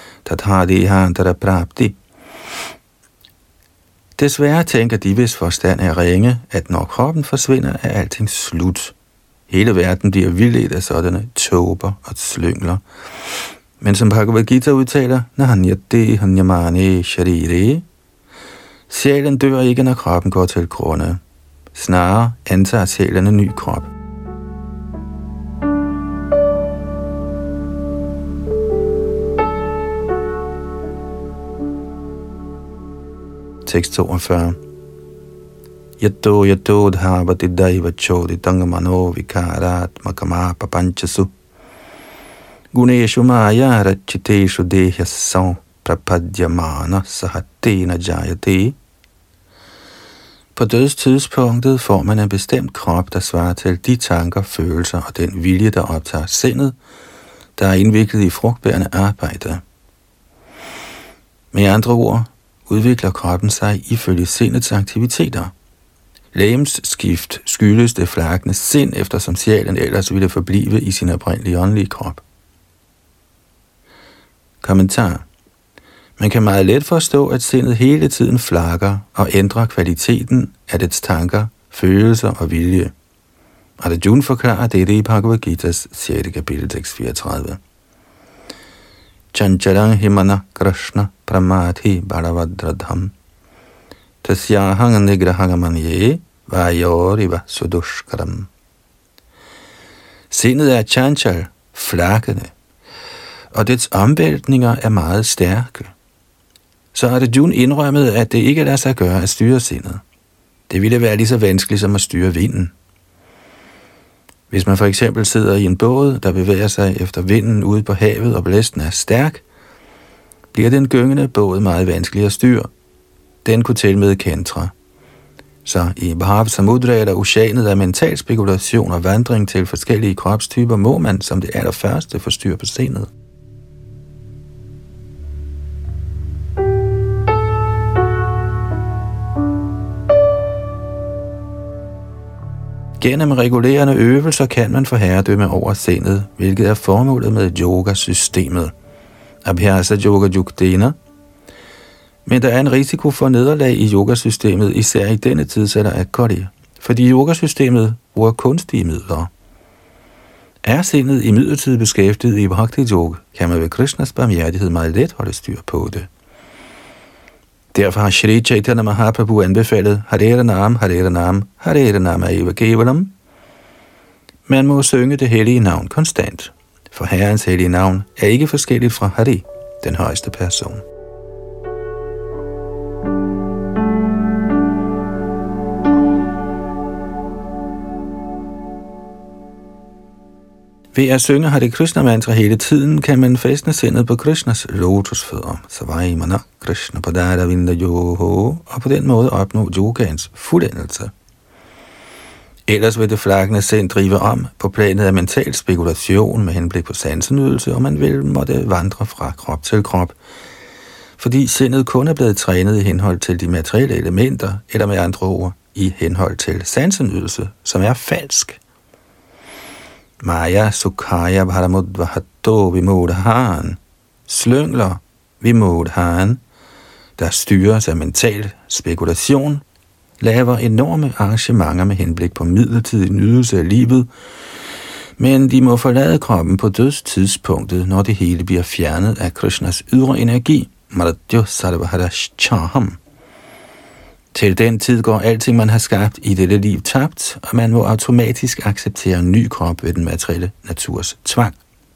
S1: Desværre tænker de, hvis forstand er ringe, at når kroppen forsvinder, er alting slut. Hele verden bliver vildledt af sådanne tåber og slyngler. Men som Bhagavad Gita udtaler, Nahanyate hanyamane sharire, sjælen dør ikke, når kroppen går til grunde. Snarere antager sjælen en ny krop. Tekst toogfyrre. Yato yato dhavati daiva chodi tangamano vikarat makama papanchasu guneshu maya rachiteshu dehyasav prapadyamana sahatena jayate. På dødstidspunktet får man en bestemt krop, der svarer til de tanker, følelser og den vilje, der optager sindet, der er indviklet i frugtbærende arbejde. Med andre ord udvikler kroppen sig ifølge sindets aktiviteter. Legemsskift skyldes det flakkende sind, eftersom sjælen ellers ville forblive i sin oprindelige åndelige krop. Kommentar. Man kan meget let forstå, at sindet hele tiden flakker og ændrer kvaliteten af dets tanker, følelser og vilje. Arjuna forklarer dette i Bhagavad Gitas sjette kapitel, tekst fireogtredive. Chanchalang himana krishna pramadhi balavadradham tasyahang nigrahangamanye vajoriva sudushkaram. Sindet er chanchal, flakkende, og dets omvæltninger er meget stærke. Så Arjuna indrømmede, at det ikke lader sig gøre at styre sindet. Det ville være lige så vanskeligt som at styre vinden. Hvis man for eksempel sidder i en båd, der bevæger sig efter vinden ude på havet, og blæsten er stærk, bliver den gyngende båd meget vanskelig at styre. Den kunne til med kentra. Så i Bhav-samudra eller oceanet af mental spekulation og vandring til forskellige kropstyper, må man som det allerførste få styr på sindet. Gennem regulerende øvelser kan man få herredømme over sindet, hvilket er formålet med yogasystemet. Abhyasa yoga yukdena. Men der er en risiko for nederlag i yogasystemet, især i denne tidsalder af Kali, fordi yogasystemet bruger kunstige midler. Er sindet imidlertid beskæftiget i bhakti yoga, kan man ved Krishnas barmhjertighed meget let holde styr på det. Derfor har Shri Chaitanya Mahaprabhu anbefalet Hare Nam, Hare Nam, Hare Nam Eva Kevalam. Man må synge det hellige navn konstant, for Herrens hellige navn er ikke forskelligt fra Hari, den højeste person. Ved at synge Hare Krishna mantra hele tiden, kan man fæstne sindet på Krishnas lotusfødder, Savaimana Krishna Padara Vinda Yoho, og på den måde opnå yogaens fuldendelse. Ellers vil det flakkende sind drive om på planet af mental spekulation med henblik på sansenydelse, og man vil måtte vandre fra krop til krop, fordi sindet kun er blevet trænet i henhold til de materielle elementer, eller med andre ord i henhold til sansenydelse, som er falsk. Maya Sukhaya Bharamudvahato Vimodhan, slyngler Vimodhan, der styres af mental spekulation, laver enorme arrangementer med henblik på midlertidig nydelse af livet, men de må forlade kroppen på dødstidspunktet, når det hele bliver fjernet af Krishnas ydre energi, Maradyo Sarvaharaschaham. Til den tid går alting, man har skabt i dette liv, tabt, og man må automatisk acceptere en ny krop ved den materielle naturs tvang.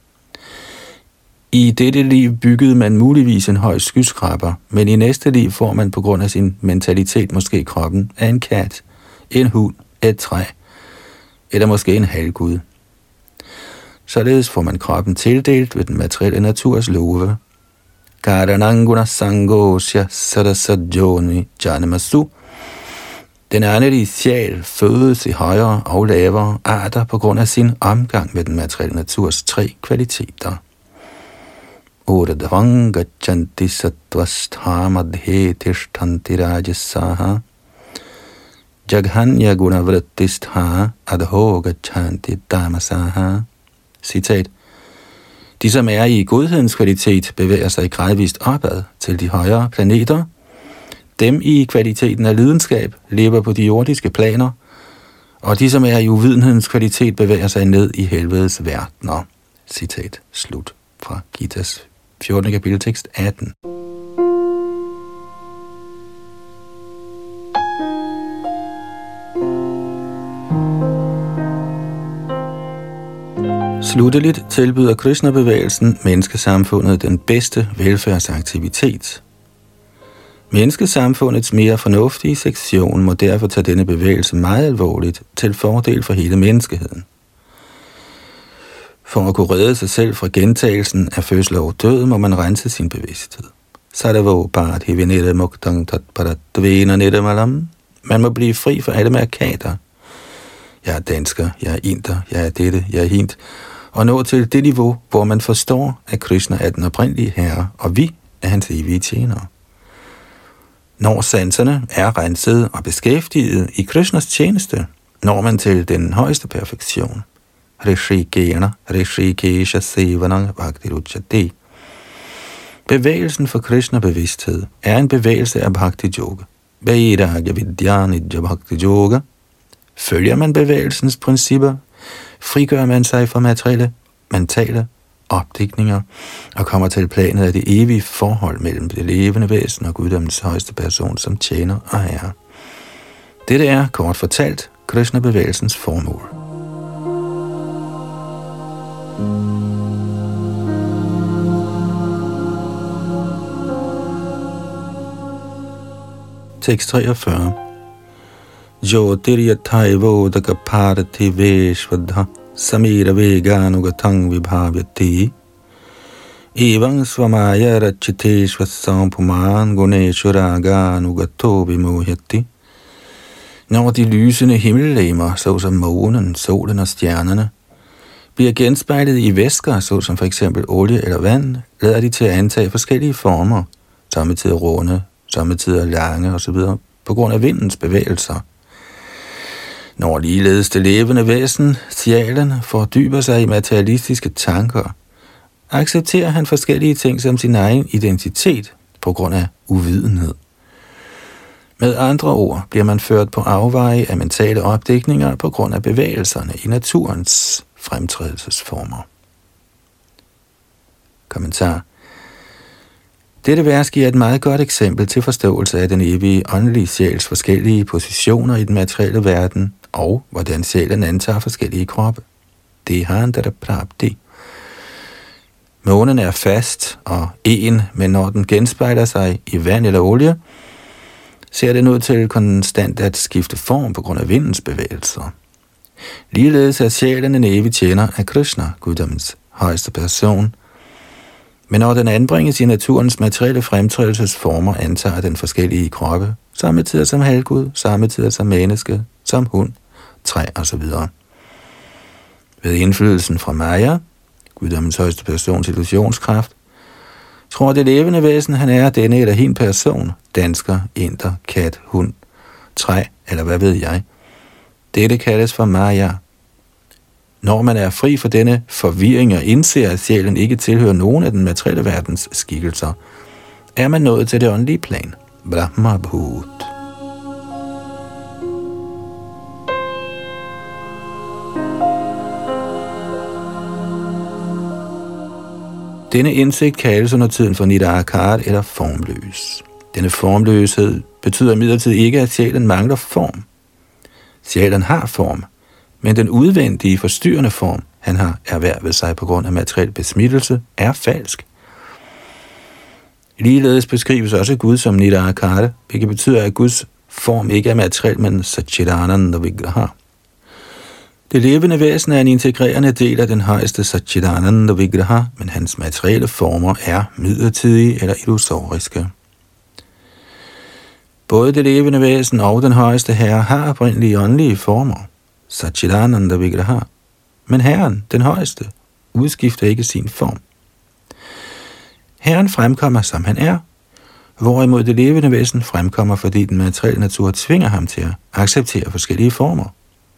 S1: I dette liv byggede man muligvis en høj skyskraber, men i næste liv får man på grund af sin mentalitet måske kroppen af en kat, en hund, et træ, eller måske en halvgud. Således får man kroppen tildelt ved den materielle naturs love. Karananguna sangosya sarasajoni janamasu. Den åndelige sjæl fødes i højere og lavere arter på grund af sin omgang med den materielle naturs tre kvaliteter. Uradvang gachanti sattvastha madhe tishtanti rajasaha jaghanya gunavrittistha adho gachanti tamasaha. Citat. De, som er i godhedens kvalitet, bevæger sig gradvist opad til de højere planeter. Dem i kvaliteten af lidenskab lever på de jordiske planer, og de, som er i uvidenhedens kvalitet, bevæger sig ned i helvedes verdener. Citat slut fra Gitas fjortende kapitel, tekst atten. Slutteligt tilbyder Krishna-bevægelsen menneskesamfundet den bedste velfærdsaktivitet. Menneskesamfundets mere fornuftige sektion må derfor tage denne bevægelse meget alvorligt til fordel for hele menneskeheden. For at kunne redde sig selv fra gentagelsen af fødsel og død, må man rense sin bevidsthed. Sadavo bhati vinete muktang tatparadvena netamalam. Man må blive fri for alle mærkater. Jeg er dansker, jeg er inder, jeg er dette, jeg er hint. Og nå til det niveau, hvor man forstår, at Krishna er den oprindelige herre, og vi er hans evige tjenere. Når sanserne er renset og beskæftiget i Krishnas tjeneste, når man til den højeste perfektion. Rishikena, Rishikesha Sevanang Bhakti-ruchate. Bevægelsen for Krishna-bevidsthed er en bevægelse af Bhakti-yoga. Vairagya Vidyanidya Bhakti-yoga. Følger man bevægelsens principper, frigør man sig fra materielle, mentale opdækninger og kommer til planet af det evige forhold mellem det levende væsen og guddommens højeste person som tjener og herre. Dette er, kort fortalt, Krishna-bevægelsens formål. Tekst treogfyrre. Jyotiryathaivodaka parati veshvadha samira veganugatang vibhavyati evang svamaya rachiteshva sampuman guneshvaraga vimohyati. Når de lysende himmellegemer, såsom månen, solen og stjernerne, bliver genspejlet i væsker, såsom for eksempel olie eller vand, lader de til at antage forskellige former, samtidig runde, samtidig lange osv., på grund af vindens bevægelser. Når ligeledes det levende væsen, sjælen, fordyber sig i materialistiske tanker, accepterer han forskellige ting som sin egen identitet på grund af uvidenhed. Med andre ord bliver man ført på afveje af mentale opdækninger på grund af bevægelserne i naturens fremtrædelsesformer. Kommentar. Dette vers giver et meget godt eksempel til forståelse af den evige åndelige sjæls forskellige positioner i den materielle verden, og hvordan sjælen antager forskellige kroppe. Det har han der prabdi. Månen er fast og en, men når den genspejler sig i vand eller olie, ser den ud til konstant at skifte form på grund af vindens bevægelser. Ligeledes er sjælen en evig tjener af Krishna, guddommens højeste person, men når den anbringes i naturens materielle fremtrædelsesformer, antager den forskellige kroppe, samme tider som halvgud, samme tider som menneske, som hund, træ osv. Ved indflydelsen fra Maya, guddommens højeste persons illusionskraft, tror det levende væsen, han er denne eller hin person, dansker, inder, kat, hund, træ eller hvad ved jeg. Dette kaldes for Maya. Når man er fri for denne forvirring og indser, at sjælen ikke tilhører nogen af den materielle verdens skikkelser, er man nået til det åndelige plan, Brahma Bhut. Denne indsigt kaldes under tiden for nidakar eller formløs. Denne formløshed betyder imidlertid ikke, at sjælen mangler form. Sjælen har form, men den udvendige forstyrrende form, han har erhvervet sig på grund af materiel besmittelse, er falsk. Ligeledes beskrives også Gud som nidakar, hvilket betyder, at Guds form ikke er materiel, men Satchidananda Vigraha. Det levende væsen er en integrerende del af den højeste Satchidananda Vigraha, men hans materielle former er midlertidige eller illusoriske. Både det levende væsen og den højeste herre har oprindelige åndelige former, Satchidananda Vigraha, men herren, den højeste, udskifter ikke sin form. Herren fremkommer, som han er, hvorimod det levende væsen fremkommer, fordi den materielle natur tvinger ham til at acceptere forskellige former.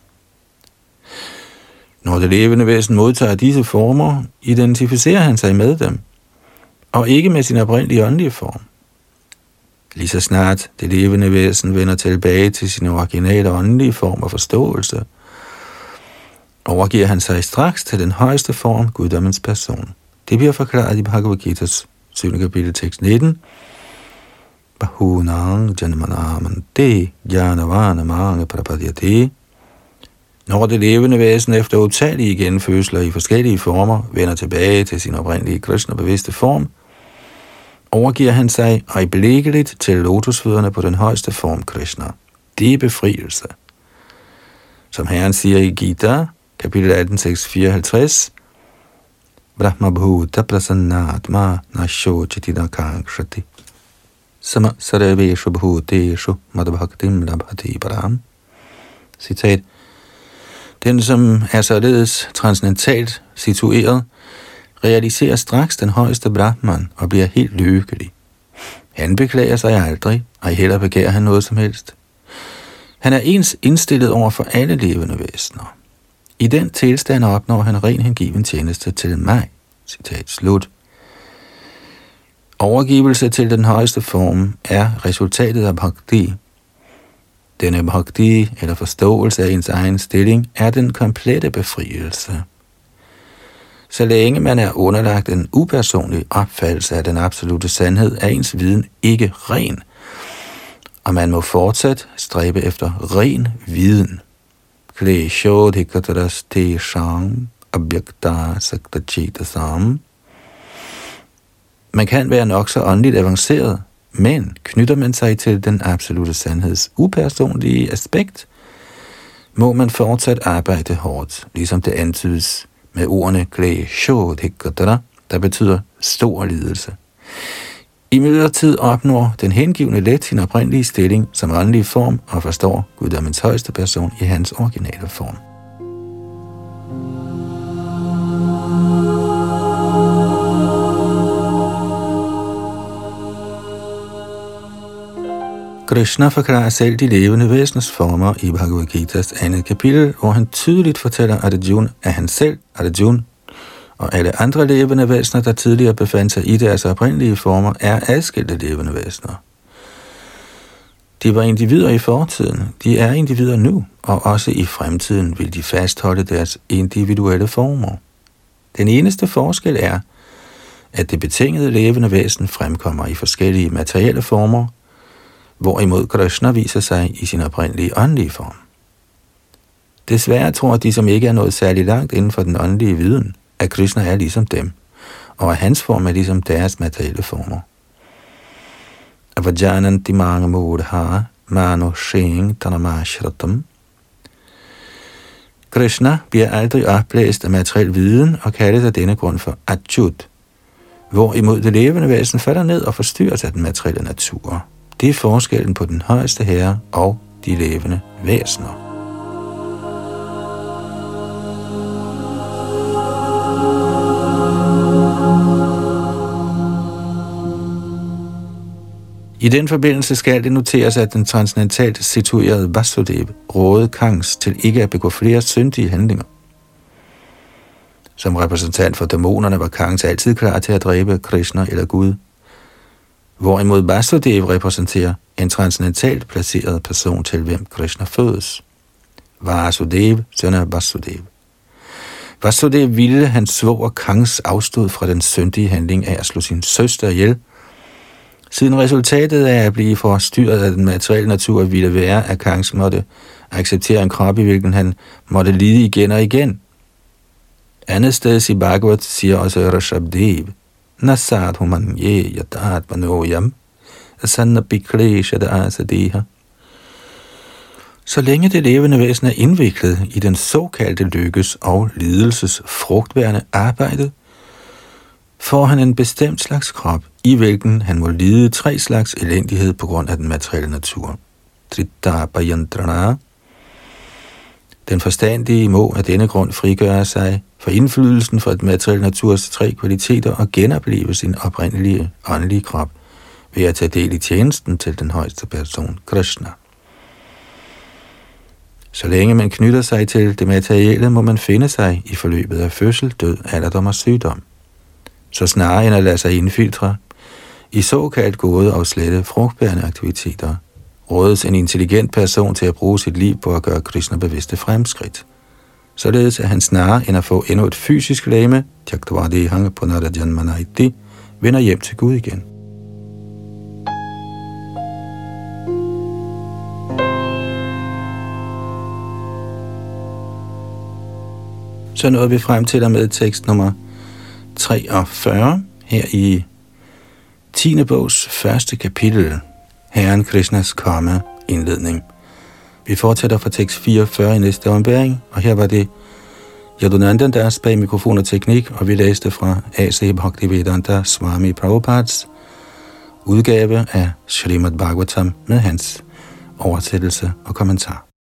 S1: Når det levende væsen modtager disse former, identificerer han sig med dem, og ikke med sin oprindelige åndelige form. Lige så snart det levende væsen vender tilbage til sin originale åndelige form og forståelse, overgiver han sig straks til den højeste form, guddommens person. Det bliver forklaret i Bhagavad Gita's syvende kapitel, tekst nitten. Bahunang janmanamante janavana mange prapadyate. Når det levende væsen efter utallige genfødsler i forskellige former vender tilbage til sin oprindelige Krishna-bevidste form, overgiver han sig øjeblikkeligt til lotusfødderne på den højeste form Krishna. Det er befrielse. Som Herren siger i Gita, kapitel atten, tekst fireoghalvtreds, Brahma bhuta prasannatma nasho chitidakangshati sama sarveshu bhuteshu madbhaktim labhati param. Citat. Den, som er således transcendentalt situeret, realiserer straks den højeste Brahman og bliver helt lykkelig. Han beklager sig aldrig, og heller begærer han noget som helst. Han er ens indstillet over for alle levende væsener. I den tilstand opnår han ren hengiven tjeneste til mig. Citat slut. Overgivelse til den højeste form er resultatet af bhakti. Denne bhakti, eller forståelse af ens egen stilling, er den komplette befrielse. Så længe man er underlagt en upersonlig opfattelse af den absolute sandhed, er ens viden ikke ren, og man må fortsat stræbe efter ren viden. Man kan være nok så åndeligt avanceret, men knytter man sig til den absolute sandheds upersonlige aspekt, må man fortsat arbejde hårdt, ligesom det antydes med ordene kleshodikadara, der betyder stor lidelse. I midlertid opnår den hengivne let sin oprindelige stilling som åndelig form og forstår guddommens højeste person i hans originale form. Krishna forklarer selv de levende væseners former i Bhagavad Gita's andet kapitel, hvor han tydeligt fortæller Arjuna, at han selv, Arjuna, og alle andre levende væsener, der tidligere befandt sig i deres oprindelige former, er adskilte levende væsener. De var individer i fortiden, de er individer nu, og også i fremtiden vil de fastholde deres individuelle former. Den eneste forskel er, at det betingede levende væsen fremkommer i forskellige materielle former, hvorimod Krishna viser sig i sin oprindelige åndelige form. Desværre tror de, som ikke er nået særlig langt inden for den åndelige viden, at Krishna er ligesom dem, og at hans form er ligesom deres materielle former. Avajananti mange modha mano shing tanamashratam. Krishna bliver aldrig oplæst af materiel viden og kaldes af denne grund for Achyut, hvorimod det levende væsen falder ned og forstyrres af den materielle natur. Det er forskellen på den højeste herre og de levende væsener. I den forbindelse skal det noteres, at den transcendentalt situerede Vasudev rådede Kangs til ikke at begå flere syndige handlinger. Som repræsentant for dæmonerne var Kangs altid klar til at dræbe Krishna eller Gud, hvorimod Vasudev repræsenterer en transcendentalt placeret person, til hvem Krishna fødes. Vasudev, søn af Vasudev. Vasudev ville hans svoger Kangs afstod fra den syndige handling af at slå sin søster ihjel, siden resultatet af at blive forstyrret af den materielle natur ville være, at Kangs måtte acceptere en krop, i hvilken han måtte lide igen og igen. Andet sted i Bhagavad siger også Rishabdev, Nasad man ye yatat manoyam, asanna biklesha da asadeha. Så længe det levende væsen er indviklet i den såkaldte lykkes og lidelses frugtbærende arbejde, får han en bestemt slags krop, i hvilken han må lide tre slags elendighed på grund af den materielle natur. Tritapayantrana, Den forstandige må af denne grund frigøre sig for indflydelsen fra et materielle naturs tre kvaliteter og genopleve sin oprindelige åndelige krop ved at tage del i tjenesten til den højeste person, Krishna. Så længe man knytter sig til det materielle, må man finde sig i forløbet af fødsel, død, alderdom og sygdom. Så snarere end at lade sig indfiltre i såkaldt gode og slette frugtbærende aktiviteter, rådes en intelligent person til at bruge sit liv på at gøre Krishna bevidste fremskridt. Således at han snarere end at få endnu et fysisk legeme, vender hjem til Gud igen. Så nåede vi frem til og med tekst nummer treogfyrre her i tiende bogs første kapitel, Herren Krishnas karma indledning. Vi fortsætter fra tekst fireogfyrre i næste ombæring, og her var det Yadunandan Das bag mikrofon og teknik, og vi læste fra A C Bhaktivedanta Swami Prabhupads udgave af Srimad Bhagavatam med hans oversættelse og kommentar.